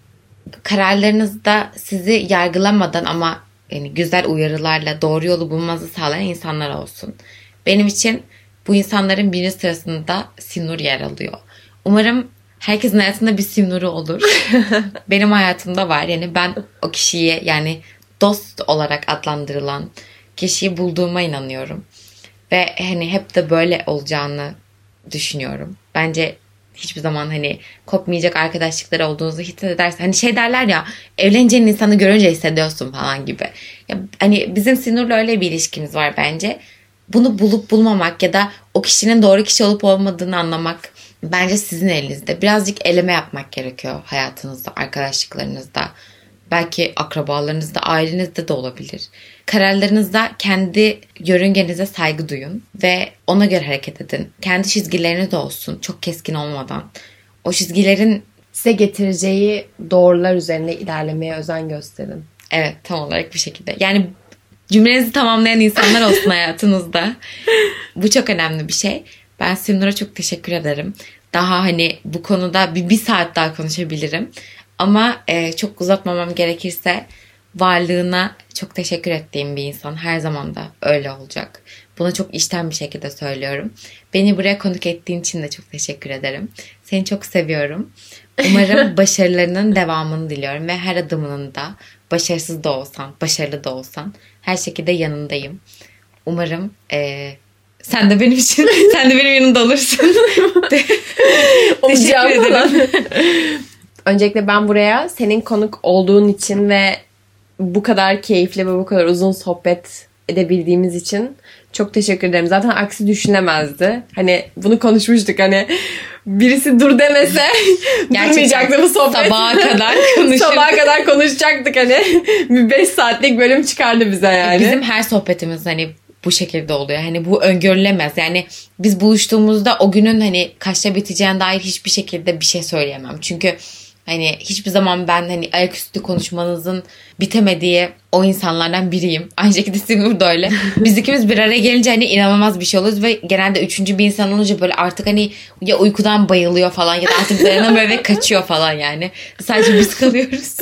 kararlarınızda sizi yargılamadan ama yani güzel uyarılarla doğru yolu bulmanızı sağlayan insanlar olsun. Benim için bu insanların birinci sırasında Sinur yer alıyor. Umarım herkesin hayatında bir Sinur'u olur. Benim hayatımda var. Yani ben o kişiyi, yani dost olarak adlandırılan kişiyi bulduğuma inanıyorum. Ve hani hep de böyle olacağını düşünüyorum. Bence hiçbir zaman hani kopmayacak arkadaşlıklar olduğunuzu hissedersen, hani şey derler ya, evleneceğin insanı görünce hissediyorsun falan gibi. Ya hani bizim Sinur'la öyle bir ilişkimiz var bence. Bunu bulup bulmamak ya da o kişinin doğru kişi olup olmadığını anlamak bence sizin elinizde. Birazcık eleme yapmak gerekiyor hayatınızda, arkadaşlıklarınızda. Belki akrabalarınızda, ailenizde de olabilir. Kararlarınızda kendi yörüngenize saygı duyun ve ona göre hareket edin. Kendi çizgileriniz de olsun, çok keskin olmadan. O çizgilerin size getireceği doğrular üzerine ilerlemeye özen gösterin. Evet, tam olarak bir şekilde. Yani cümlenizi tamamlayan insanlar olsun hayatınızda. Bu çok önemli bir şey. Ben Simnur'a çok teşekkür ederim. Daha hani bu konuda bir, bir saat daha konuşabilirim. Ama e, çok uzatmamam gerekirse varlığına çok teşekkür ettiğim bir insan. Her zaman da öyle olacak. Buna çok içten bir şekilde söylüyorum. Beni buraya konuk ettiğin için de çok teşekkür ederim. Seni çok seviyorum. Umarım başarılarının devamını diliyorum. Ve her adımının da, başarısız da olsan, başarılı da olsan, her şekilde yanındayım. Umarım e, sen de benim için, sen de benim yanımda olursun. Teşekkür ederim. Öncelikle ben buraya senin konuk olduğun için ve bu kadar keyifli ve bu kadar uzun sohbet edebildiğimiz için çok teşekkür ederim. Zaten aksi düşünülemezdi. Hani bunu konuşmuştuk, hani birisi dur demese durmayacaktı bu sohbet. Sabaha kadar konuşurduk. Sabaha kadar konuşacaktık hani. Bir beş saatlik bölüm çıkardı bize yani. Bizim her sohbetimiz hani bu şekilde oluyor. Hani bu öngörülemez. Yani biz buluştuğumuzda o günün hani kaçta biteceğine dair hiçbir şekilde bir şey söyleyemem. Çünkü hani hiçbir zaman ben hani ayaküstü konuşmanızın bitemediği o insanlardan biriyim. Aynı şekilde Simur da öyle. Biz ikimiz bir araya gelince hani inanılmaz bir şey oluyoruz ve genelde üçüncü bir insan olunca böyle artık hani ya uykudan bayılıyor falan ya da artık dayanamıyor ve kaçıyor falan yani. Sadece biz kalıyoruz.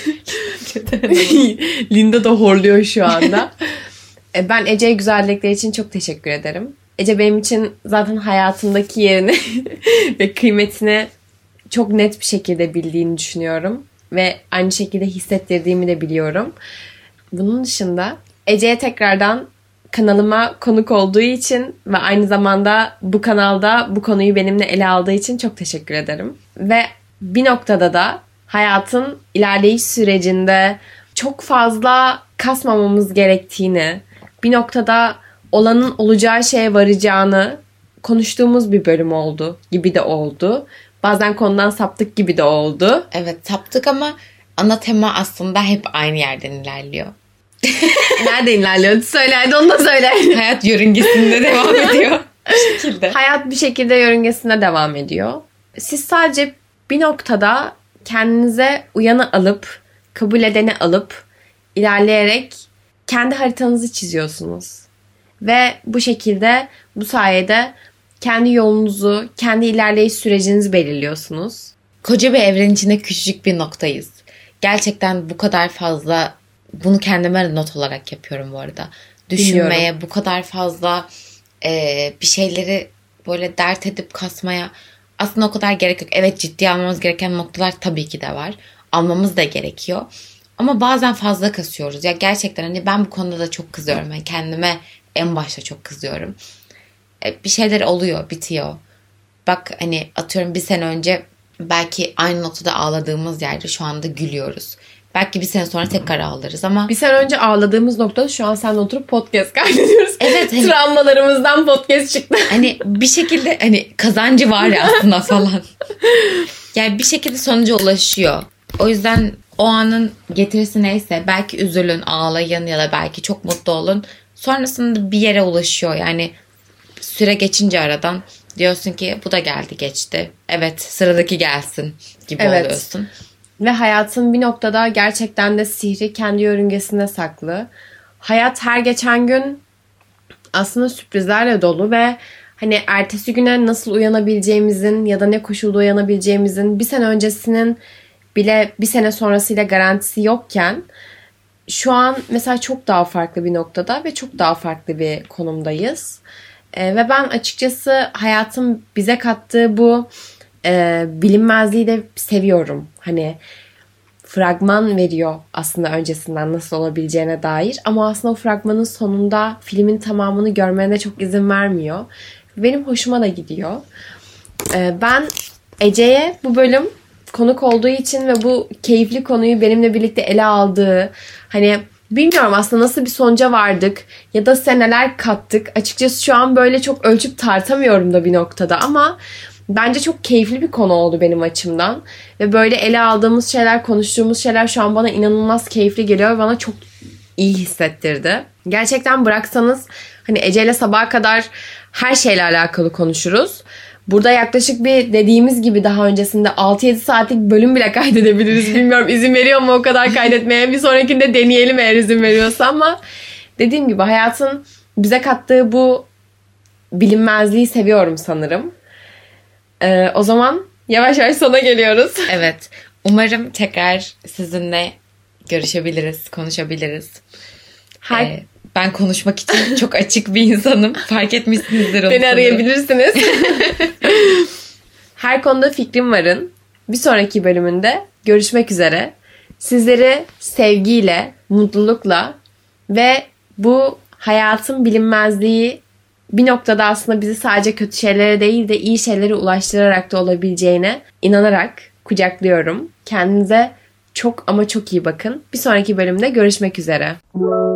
Linda da horluyor şu anda. Ben Ece'ye güzellikleri için çok teşekkür ederim. Ece benim için zaten hayatımdaki yerini ve kıymetini çok net bir şekilde bildiğini düşünüyorum. Ve aynı şekilde hissettirdiğimi de biliyorum. Bunun dışında Ece'ye tekrardan kanalıma konuk olduğu için ve aynı zamanda bu kanalda bu konuyu benimle ele aldığı için çok teşekkür ederim. Ve bir noktada da hayatın ilerleyiş sürecinde çok fazla kasmamamız gerektiğini, bir noktada olanın olacağı şeye varacağını konuştuğumuz bir bölüm oldu gibi de oldu. Bazen konudan saptık gibi de oldu. Evet, saptık ama ana tema aslında hep aynı yerden ilerliyor. Nerede ilerliyor? Söyle, hadi onu da söyle. Hayat yörüngesinde devam ediyor. Bir şekilde. Hayat bir şekilde yörüngesinde devam ediyor. Siz sadece bir noktada kendinize uyanı alıp, kabul edeni alıp, ilerleyerek kendi haritanızı çiziyorsunuz. Ve bu şekilde, bu sayede kendi yolunuzu, kendi ilerleyiş sürecinizi belirliyorsunuz. Koca bir evren içinde küçücük bir noktayız. Gerçekten bu kadar fazla, bunu kendime not olarak yapıyorum bu arada. Düşünmeye, Bilmiyorum. bu kadar fazla e, bir şeyleri böyle dert edip kasmaya aslında o kadar gerek yok. Evet, ciddiye almamız gereken noktalar tabii ki de var. Almamız da gerekiyor. Ama bazen fazla kasıyoruz. Ya gerçekten hani ben bu konuda da çok kızıyorum. Yani kendime en başta çok kızıyorum. Bir şeyler oluyor, bitiyor. Bak hani atıyorum bir sene önce belki aynı noktada ağladığımız yerde şu anda gülüyoruz. Belki bir sene sonra tekrar ağlarız ama... Bir sene önce ağladığımız noktada şu an seninle oturup podcast kaydediyoruz. Evet. Hani, travmalarımızdan podcast çıktı. Hani bir şekilde hani kazancı var ya aslında falan. Yani bir şekilde sonuca ulaşıyor. O yüzden O anın getirisi neyse, belki üzülün, ağlayın ya da belki çok mutlu olun. Sonrasında bir yere ulaşıyor. Yani süre geçince aradan diyorsun ki bu da geldi geçti. Evet, sıradaki gelsin gibi evet. oluyorsun. Ve hayatın bir noktada gerçekten de sihri kendi yörüngesinde saklı. Hayat her geçen gün aslında sürprizlerle dolu ve hani ertesi güne nasıl uyanabileceğimizin ya da ne koşulda uyanabileceğimizin bir sene öncesinin bile bir sene sonrasıyla garantisi yokken şu an mesela çok daha farklı bir noktada ve çok daha farklı bir konumdayız. Ee, ve ben açıkçası hayatın bize kattığı bu e, bilinmezliği de seviyorum. Hani fragman veriyor aslında öncesinden nasıl olabileceğine dair. Ama aslında o fragmanın sonunda filmin tamamını görmene çok izin vermiyor. Benim hoşuma da gidiyor. Ee, ben Ece'ye bu bölüm konuk olduğu için ve bu keyifli konuyu benimle birlikte ele aldığı, hani bilmiyorum aslında nasıl bir sonuca vardık ya da seneler kattık. Açıkçası şu an böyle çok ölçüp tartamıyorum da bir noktada ama bence çok keyifli bir konu oldu benim açımdan. Ve böyle ele aldığımız şeyler, konuştuğumuz şeyler şu an bana inanılmaz keyifli geliyor ve bana çok iyi hissettirdi. Gerçekten bıraksanız hani Ece'yle sabaha kadar her şeyle alakalı konuşuruz. Burada yaklaşık bir dediğimiz gibi daha öncesinde altı yedi saatlik bölüm bile kaydedebiliriz. Bilmiyorum izin veriyor mu o kadar kaydetmeye. Bir sonrakinde deneyelim eğer izin veriyorsa ama dediğim gibi hayatın bize kattığı bu bilinmezliği seviyorum sanırım. Ee, o zaman yavaş yavaş sona geliyoruz. Evet. Umarım tekrar sizinle görüşebiliriz, konuşabiliriz. Her... Ee, ben konuşmak için çok açık bir insanım. Fark etmişsinizdir onu. Beni arayabilirsiniz. Her konuda fikrim varın. Bir sonraki bölümünde görüşmek üzere. Sizleri sevgiyle, mutlulukla ve bu hayatın bilinmezliği bir noktada aslında bizi sadece kötü şeylere değil de iyi şeylere ulaştırarak da olabileceğine inanarak kucaklıyorum. Kendinize çok ama çok iyi bakın. Bir sonraki bölümde görüşmek üzere.